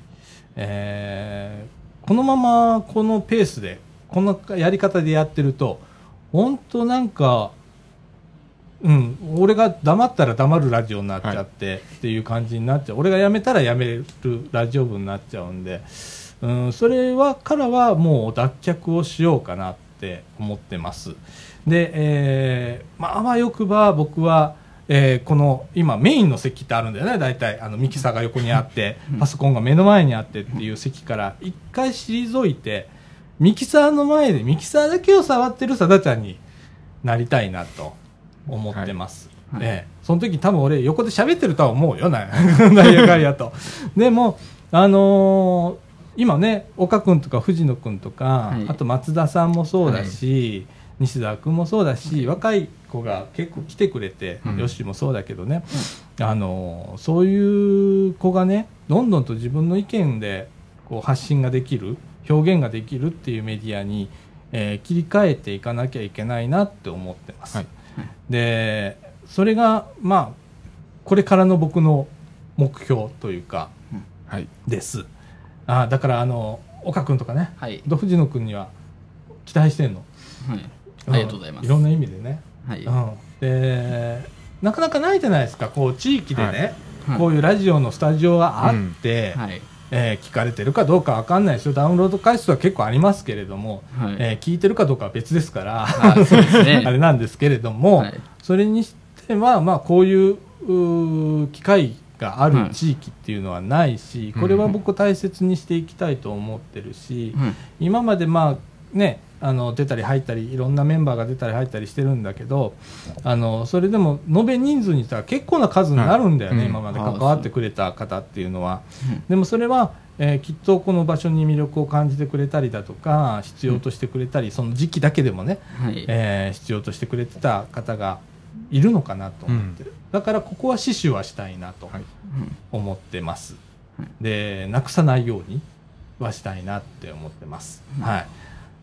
このままこのペースでこのやり方でやってると本当なんか俺が黙ったら黙るラジオになっちゃって、はい、っていう感じになっちゃう。俺が辞めたら辞めるラジオ部になっちゃうんで、それからはもう脱却をしようかなって思ってます。で、あわよくば僕は、この今メインの席ってあるんだよね、大体ミキサーが横にあってパソコンが目の前にあってっていう席から一回退いて、ミキサーの前でミキサーだけを触ってるさだちゃんになりたいなと思ってます、はいその時多分俺横で喋ってるとは思うよなんやかんやとでも今ね岡君とか藤野君とか、はい、あと松田さんもそうだし、はい、西澤君もそうだし、若い子が結構来てくれて、ヨッシーもそうだけどね、そういう子がねどんどんと自分の意見でこう発信ができる、表現ができるっていうメディアに、切り替えていかなきゃいけないなって思ってます、はい、でそれがこれからの僕の目標というか、です。だから岡君とかね、はい、藤野君には期待してんの、 はい、ありがとうございます。 いろんな意味でね、 はいでなかなかないじゃないですか、こう地域でね、はい、こういうラジオのスタジオがあって、はい聞かれてるかどうかわかんないですよ。ダウンロード回数は結構ありますけれども、はい聞いてるかどうかは別ですからそうです、ね、あれなんですけれども、はい、それにしてはこういう機会がある地域っていうのはないし、これは僕大切にしていきたいと思ってるし、今までね出たり入ったりいろんなメンバーが出たり入ったりしてるんだけど、それでも延べ人数にしたら結構な数になるんだよね、今まで関わってくれた方っていうのは、でもそれは、きっとこの場所に魅力を感じてくれたりだとか必要としてくれたり、その時期だけでもね、必要としてくれてた方がいるのかなと思ってる、だからここは死守はしたいなと思ってます、でなくさないようにはしたいなって思ってます、はい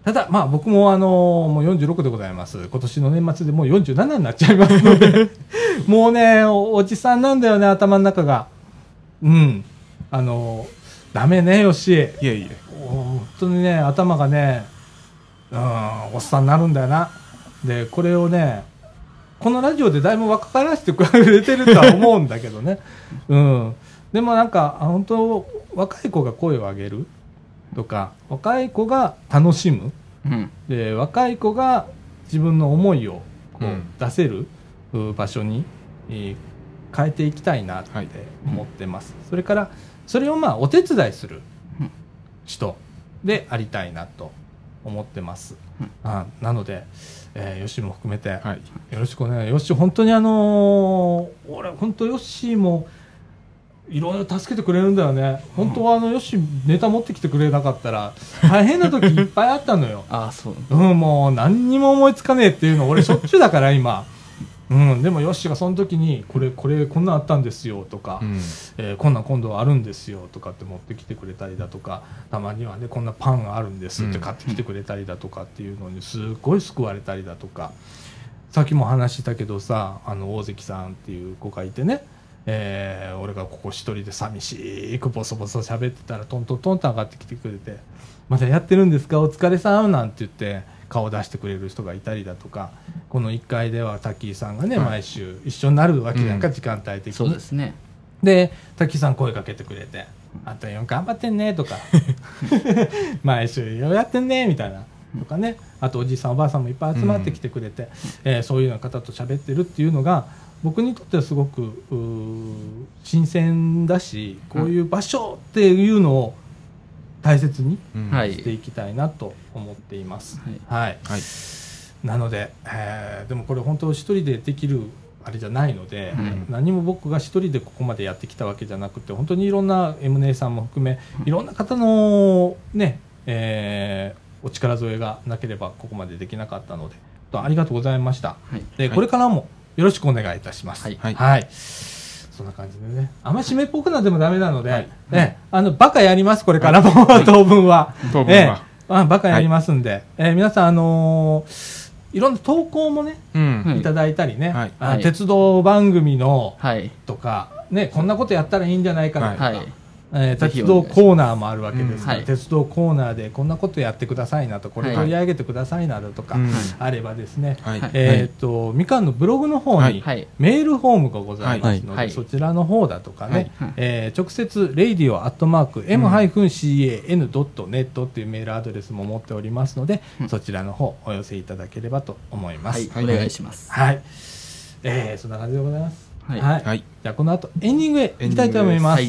ただ、まあ僕ももう46でございます。今年の年末でもう47になっちゃいますので、もうね、おじさんなんだよね、頭の中が。うん。ダメね、よし。いえいえ。 本当にね、頭がね、おっさんになるんだよな。で、これをね、このラジオでだいぶ分からせてくれてるとは思うんだけどね。うん。でもなんか、本当、若い子が声を上げるとか、若い子が楽しむ。うん、で、若い子が自分の思いをこう出せる場所に、変えていきたいなって思ってます。それから、それをまあお手伝いする人でありたいなと思ってます。なので、ヨッシーも含めて、よろしくお願いします。ヨッシー、本当に俺、本当ヨッシーもいろいろ助けてくれるんだよね。本当はヨッシーネタ持ってきてくれなかったら大変な時いっぱいあったのよ。 そう。 もう何にも思いつかねえっていうの俺しょっちゅうだから今。でもヨッシーがその時にこれこんなんあったんですよとか、こんなん今度はあるんですよとかって持ってきてくれたりだとか、たまにはねこんなパンがあるんですって買ってきてくれたりだとかっていうのにすごい救われたりだとか、さっきも話したけどさ、大関さんっていう子がいてね、俺がここ一人で寂しくボソボソ喋ってたらトントントンと上がってきてくれて、まだやってるんですかお疲れさんなんて言って顔を出してくれる人がいたりだとか、この1階ではタッキーさんがね、毎週一緒になるわけなんか、時間帯的に。 そうですね。 でタッキーさん声かけてくれて、あんたよ頑張ってんねとか毎週ようやってんねみたいなとかね、あとおじいさんおばあさんもいっぱい集まってきてくれて、そういうような方と喋ってるっていうのが僕にとってはすごく新鮮だし、こういう場所っていうのを大切にしていきたいなと思っています。なので、でもこれ本当一人でできるあれじゃないので、何も僕が一人でここまでやってきたわけじゃなくて、本当にいろんな M 姉さんも含めいろんな方のね、お力添えがなければここまでできなかったので、ありがとうございました。でこれからもよろしくお願いいたします。そんな感じでね、あんま締めっぽくなってもダメなので、バカやります、これからも、当分は。バカやりますんで、皆さん、いろんな投稿もね、いただいたりね、鉄道番組のとか、ね、こんなことやったらいいんじゃないかなとか、鉄道コーナーもあるわけですから、鉄道コーナーでこんなことやってくださいなと、これ取り上げてくださいなだとかあればですね、みかんのブログの方にメールフォームがございますので、そちらの方だとかね、直接 radio@m-can.net っていうメールアドレスも持っておりますので、そちらの方お寄せいただければと思います。 お願いします。 そんな感じでございます。じゃあこの後エンディングへ行きたいと思います。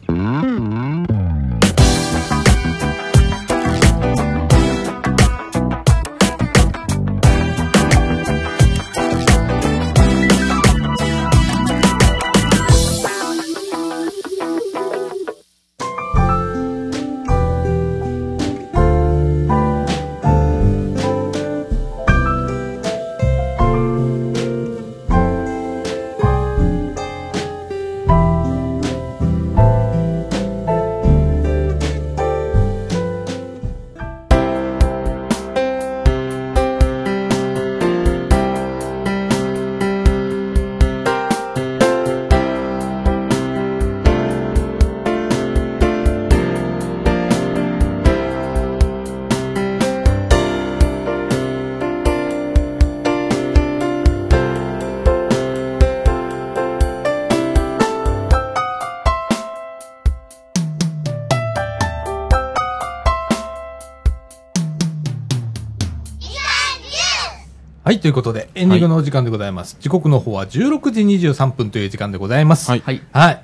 はい、ということで、エンディングのお時間でございます。時刻の方は16時23分という時間でございます。はい。こ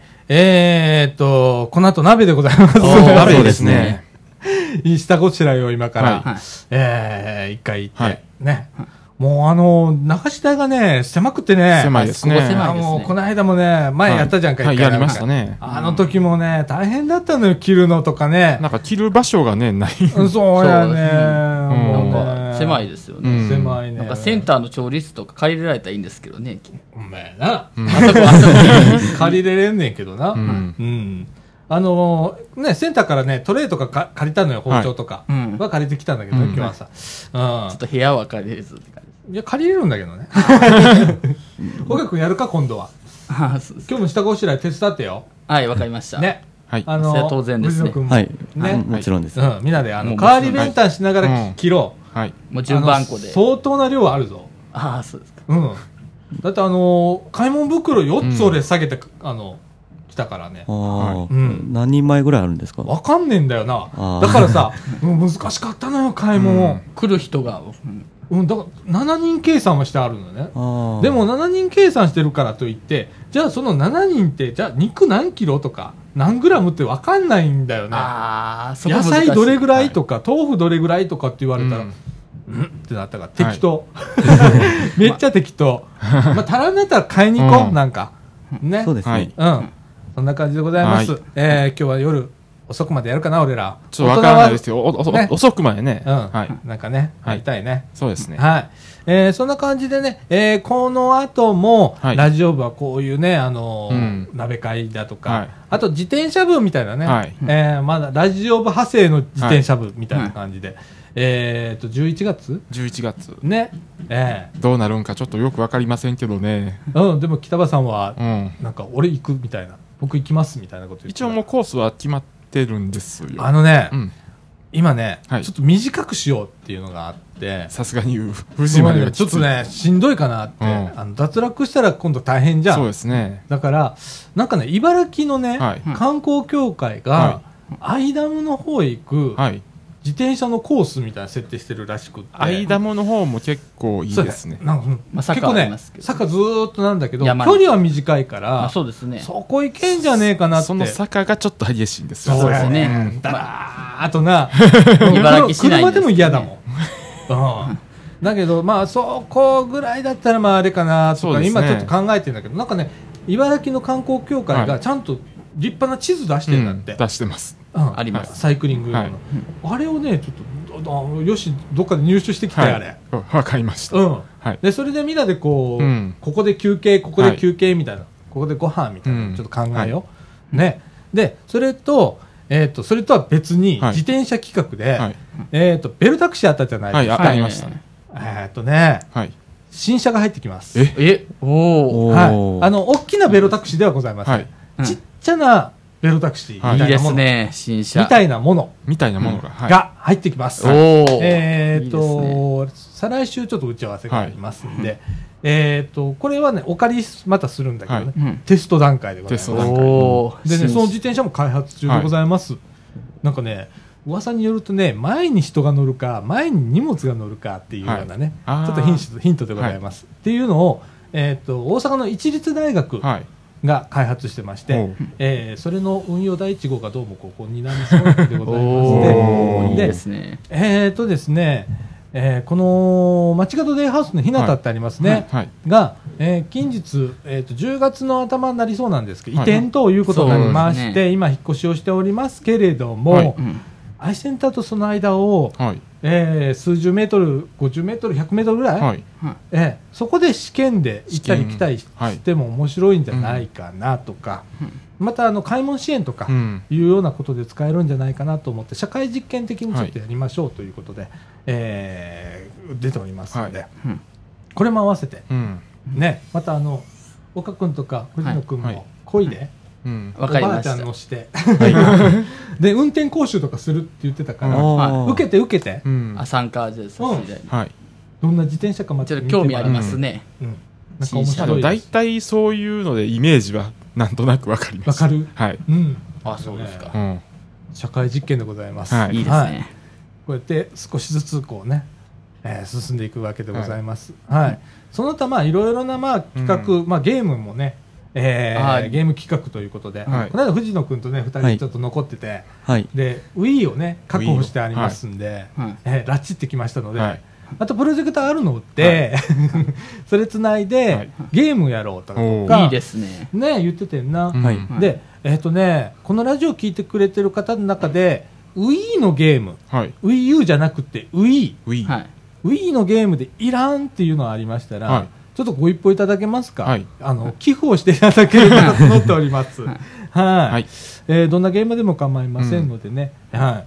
の後鍋でございます。 鍋ですね。 下ごしらえを今から、一回行って、ね。もう流し台がね、狭くてね。 狭いですね。 もうこの間もね、前やったじゃんか、 やりましたね。 あの時もね、大変だったのよ、切るのとかね。 なんか切る場所がね、ない。 そうやね。 なんか狭いですよね。 狭いね。 なんかセンターの調理室とか借りられたらいいんですけどね。 お前な。借りれれんねんけどな。 センターからね、トレイとか借りたのよ、包丁とか。は借りてきたんだけど、今日はさ。 ちょっと部屋は借りれずって感じ。いや、借りれるんだけどね。岡君やるか、今度は。今日の下ごしらえ手伝ってよ。 はい、わかりました。 ね。 はい。それは当然ですね。 はい。ね。もちろんです。 みんなで、代わり弁当しながら切ろう。はい。もう順番こで。 相当な量あるぞ。 ああ、そうですか。 だって買い物袋4つ俺下げて、来たからね。 何人前ぐらいあるんですか？ わかんねえんだよな。だからさ、難しかったのよ、買い物。 来る人が。 だから7人計算はしてあるのね。でも7人計算してるからといって、じゃあその7人って、じゃあ肉何キロとか、何グラムってわかんないんだよね。野菜どれぐらいとか、豆腐どれぐらいとかって言われたら、ってなったから適当。めっちゃ適当。まあ、足らんだったら買いに行こう、なんか。ね。 そうですね。 そんな感じでございます。今日は夜遅くまでやるかな、俺ら。 ちょっとわからないですよ。遅くまでね。 なんかね、やりたいね。 そうですね。 はい。そんな感じでね、この後も、ラジオ部はこういうね、鍋会だとか、あと自転車部みたいなね、まだラジオ部派生の自転車部みたいな感じで、11月 ?11 月。 ね。 どうなるんかちょっとよくわかりませんけどね。 でも北場さんは、なんか俺行くみたいな、僕行きますみたいなこと言って。 一応もうコースは決まってるんですよ。 今ね、ちょっと短くしようっていうのがあって、 さすがに富士まではちょっとね、しんどいかなって、脱落したら今度大変じゃん。 そうですね。 だから、なんかね、茨城のね、観光協会が、アイダムの方へ行く、自転車のコースみたいな設定してるらしくって。 アイダムの方も結構いいですね。 結構ね、坂ずーっとなんだけど、距離は短いから、 そうですね。 そこ行けんじゃねえかなって。 その坂がちょっと激しいんですよ。 そうですね。 だらーっとな、 茨城市内車でも嫌だもん。だけど、まあ、そこぐらいだったら、まあ、あれかなとか、今ちょっと考えてるんだけど、なんかね、茨城の観光協会がちゃんと立派な地図出してるんだって。 出してます。 あります。 サイクリング用の。あれをね、ちょっと、よし、どっかで入手してきて、あれ。 わかりました。 で、それでみんなでこう、ここで休憩、ここで休憩みたいな、ここでご飯みたいな、ちょっと考えよう。ね。で、それと、それとは別に、自転車企画で、ベルタクシーあったじゃないですか。 ありましたね。 新車が入ってきます。大きなベルタクシーではございません。ちっちゃなベルタクシーみたいなもの。 いいですね、新車。 みたいなもの。が入ってきます。再来週ちょっと打ち合わせがありますんで、これはね、お借りまたするんだけどね、テスト段階でございます。でね、その自転車も開発中でございます。なんかね、噂によるとね、前に人が乗るか、前に荷物が乗るかっていうようなね、ちょっとヒントでございます。っていうのを、大阪の一律大学が開発してまして、それの運用第1号がどうもここになりそうでございまして、 いいですね。 ですね、この街角デイハウスの日向ってありますね、が、近日、10月の頭になりそうなんですけど、移転ということになりまして、今引っ越しをしておりますけれども、アイセンターとその間を、数十メートル、50メートル、100メートルぐらい、そこで試験で行ったり来たりしても面白いんじゃないかなとか、また買い物支援とかいうようなことで使えるんじゃないかなと思って、社会実験的にちょっとやりましょうということで、出ておりますので、これも合わせて、ね、また岡君とか藤野君も漕いで、おばあちゃん乗してで運転講習とかするって言ってたから受けて参加でさせてどんな自転車かまちょっと興味ありますね。 なんか面白い。 大体そういうのでイメージはなんとなくわかります。 わかる。 あ、そうですか。 社会実験でございます。 いいですね。 こうやって少しずつこうね進んでいくわけでございます。その他いろいろな企画ゲームもね。ゲーム企画ということで、この間藤野君とね2人ちょっと残ってて、で Wii をね確保してありますんで、ラッチってきましたので、あとプロジェクターあるのでそれつないでゲームやろうとか、 いいですね。 言っててんな。でこのラジオ聞いてくれてる方の中で Wii のゲーム、Wii U じゃなくて Wii のゲームでいらんっていうのがありましたら。ちょっとご一報いただけますか。寄付をしていただければと思っております。 はい、どんなゲームでも構いませんのでね、はい、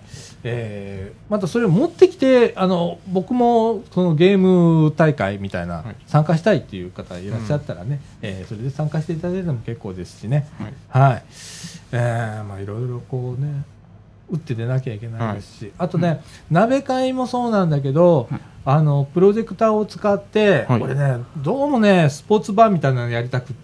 またそれを持ってきて僕もそのゲーム大会みたいな、参加したいっていう方いらっしゃったらね、それで参加していただいても結構ですしね、はい、まあいろいろこうね打って出なきゃいけないですし、あとね、鍋会もそうなんだけど、プロジェクターを使って、これねどうもねスポーツバーみたいなのやりたくって、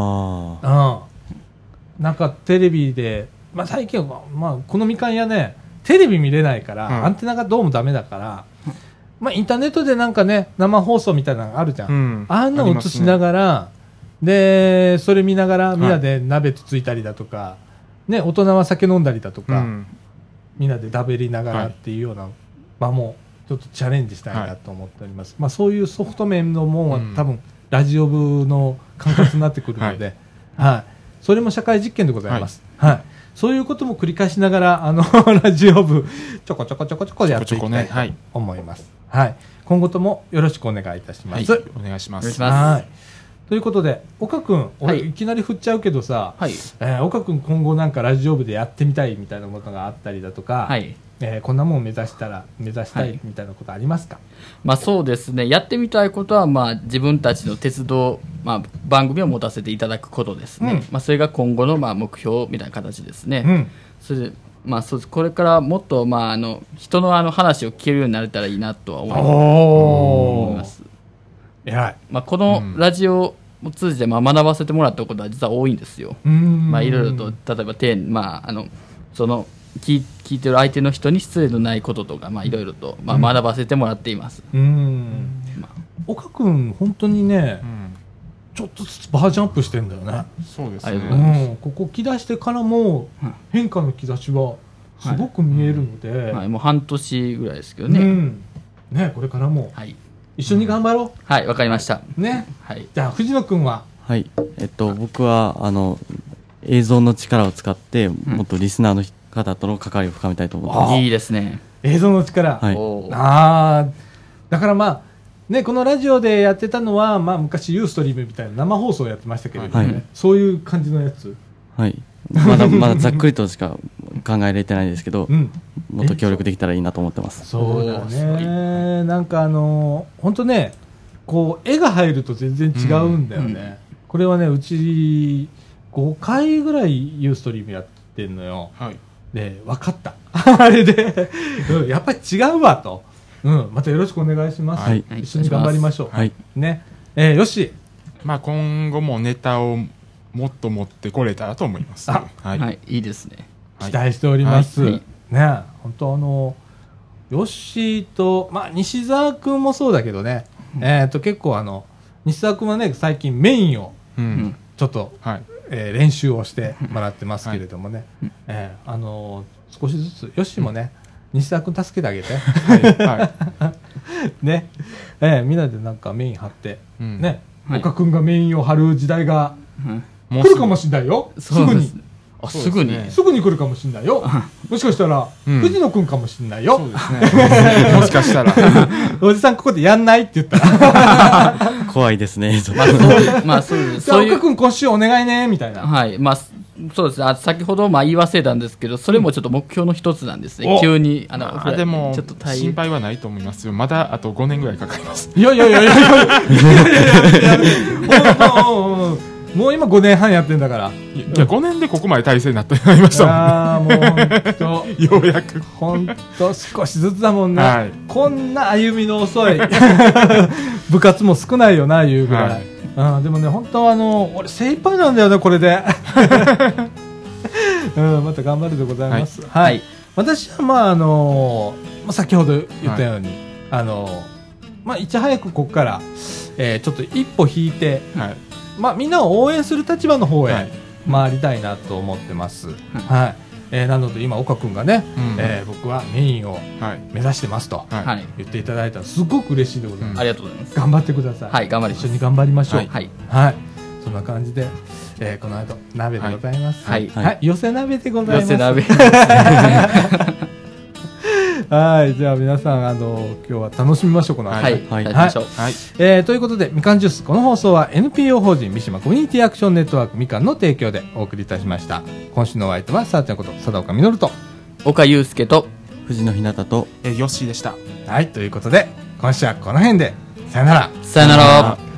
なんかテレビで、まあ、最近は、まあ、このみかん屋ねテレビ見れないから、アンテナがどうもダメだから、まあ、インターネットでなんかね生放送みたいなのがあるじゃん、あんなの映しながら、でそれ見ながらみんなで鍋つついたりだとか、ね、大人は酒飲んだりだとか、みんなでだべりながらっていうような場もちょっとチャレンジしたいなと思っております、まあ、そういうソフト面のもんは多分ラジオ部の管轄になってくるので、はい、それも社会実験でございます、はい、そういうことも繰り返しながらラジオ部ちょこちょこやっていきたいと思います、はい、今後ともよろしくお願いいたします、 お願いします。 はい、ということで岡君、俺いきなり振っちゃうけどさ、岡君今後なんかラジオ部でやってみたいみたいなことがあったりだとか、こんなもん目指したいみたいなことありますか？ まあそうですね、やってみたいことは、まあ、自分たちの鉄道、まあ、番組を持たせていただくことですね、まあ、それが今後のまあ目標みたいな形ですね、それでまあ、これからもっと、まあ、人の話を聞けるようになれたらいいなとは思います。まあ、このラジオを通じてまあ学ばせてもらったことは実は多いんですよ。まあ、いろいろと例えばまあ、その聞いてる相手の人に失礼のないこととか、まあ、いろいろと、まあ、学ばせてもらっています。 岡君本当にね、ちょっとずつバージョンアップしてんだよね。 そうですね、 ここ来だしてからも変化の兆しはすごく見えるので、 もう半年ぐらいですけどね、 これからも一緒に頑張ろう。 はい、わかりましたね。じゃあ藤野君は？ はい、僕は映像の力を使ってもっとリスナーの方との関わりを深めたいと思ってます。 いいですね、 映像の力、だからまあね、このラジオでやってたのは、まあ、昔ユーストリームみたいな生放送をやってましたけれどもね、そういう感じのやつ、 まだざっくりとしか考えられてないですけど、もっと協力できたらいいなと思ってます。 そうだね、なんか本当ね、こう絵が入ると全然違うんだよね、これはねうち5回ぐらいユーストリームやってんのよ、で分かったあれでやっぱり違うわと、またよろしくお願いします、一緒に頑張りましょう、ね、よし、 まあ、今後もネタをもっと持ってこれたらと思います。 いいですね、 期待しております、ね、本当ヨッシーと、まあ、西澤君もそうだけどね、結構西澤君はね最近メインをちょっと、練習をしてもらってますけれどもね、少しずつヨッシーもね、西澤君助けてあげてね、みんなでなんかメイン張って、ね、岡君がメインを張る時代が来るかもしれないよ、すぐに。 すぐに来るかもしれないよ。もしかしたら藤野君かもしれないよ。 そうですね。もしかしたらおじさんここでやんないって言ったら怖いですね。 まあそうです。 岡君今週お願いねみたいな。 はい、まあそうです。先ほどまあ言い忘れたんですけど、それもちょっと目標の一つなんですね。急にでもちょっと心配はないと思いますよ。まだあと5年ぐらいかかります。 いやもう今5年半やってんだから。 いや5年でここまで体制になりましたもん。 もう本当ようやく本当少しずつだもんね、こんな歩みの遅い部活も少ないよないうぐらい、でもね本当俺精一杯なんだよねこれでまた頑張るでございます。私はまあ先ほど言ったように、まあいち早くここから、ちょっと一歩引いて、まあ、みんなを応援する立場の方へ回りたいなと思ってます、なので今岡君がね、僕はメインを目指してますと言っていただいたらすごく嬉しいでございます、 ありがとうございます。 頑張ってください。 頑張ります。 一緒に頑張りましょう。そんな感じで、この後鍋でございます。寄せ鍋でございます。寄せ鍋はい、じゃあ皆さん今日は楽しみましょう、この後。 はい、はい、はい、 ということで、みかんジュース、この放送は NPO 法人三島コミュニティアクションネットワークみかんの提供でお送りいたしました。今週のお相手はさあちゃんこと佐岡実と岡祐介と藤野ひなたとヨッシーでした。 はい、ということで今週はこの辺でさよなら。 さよなら。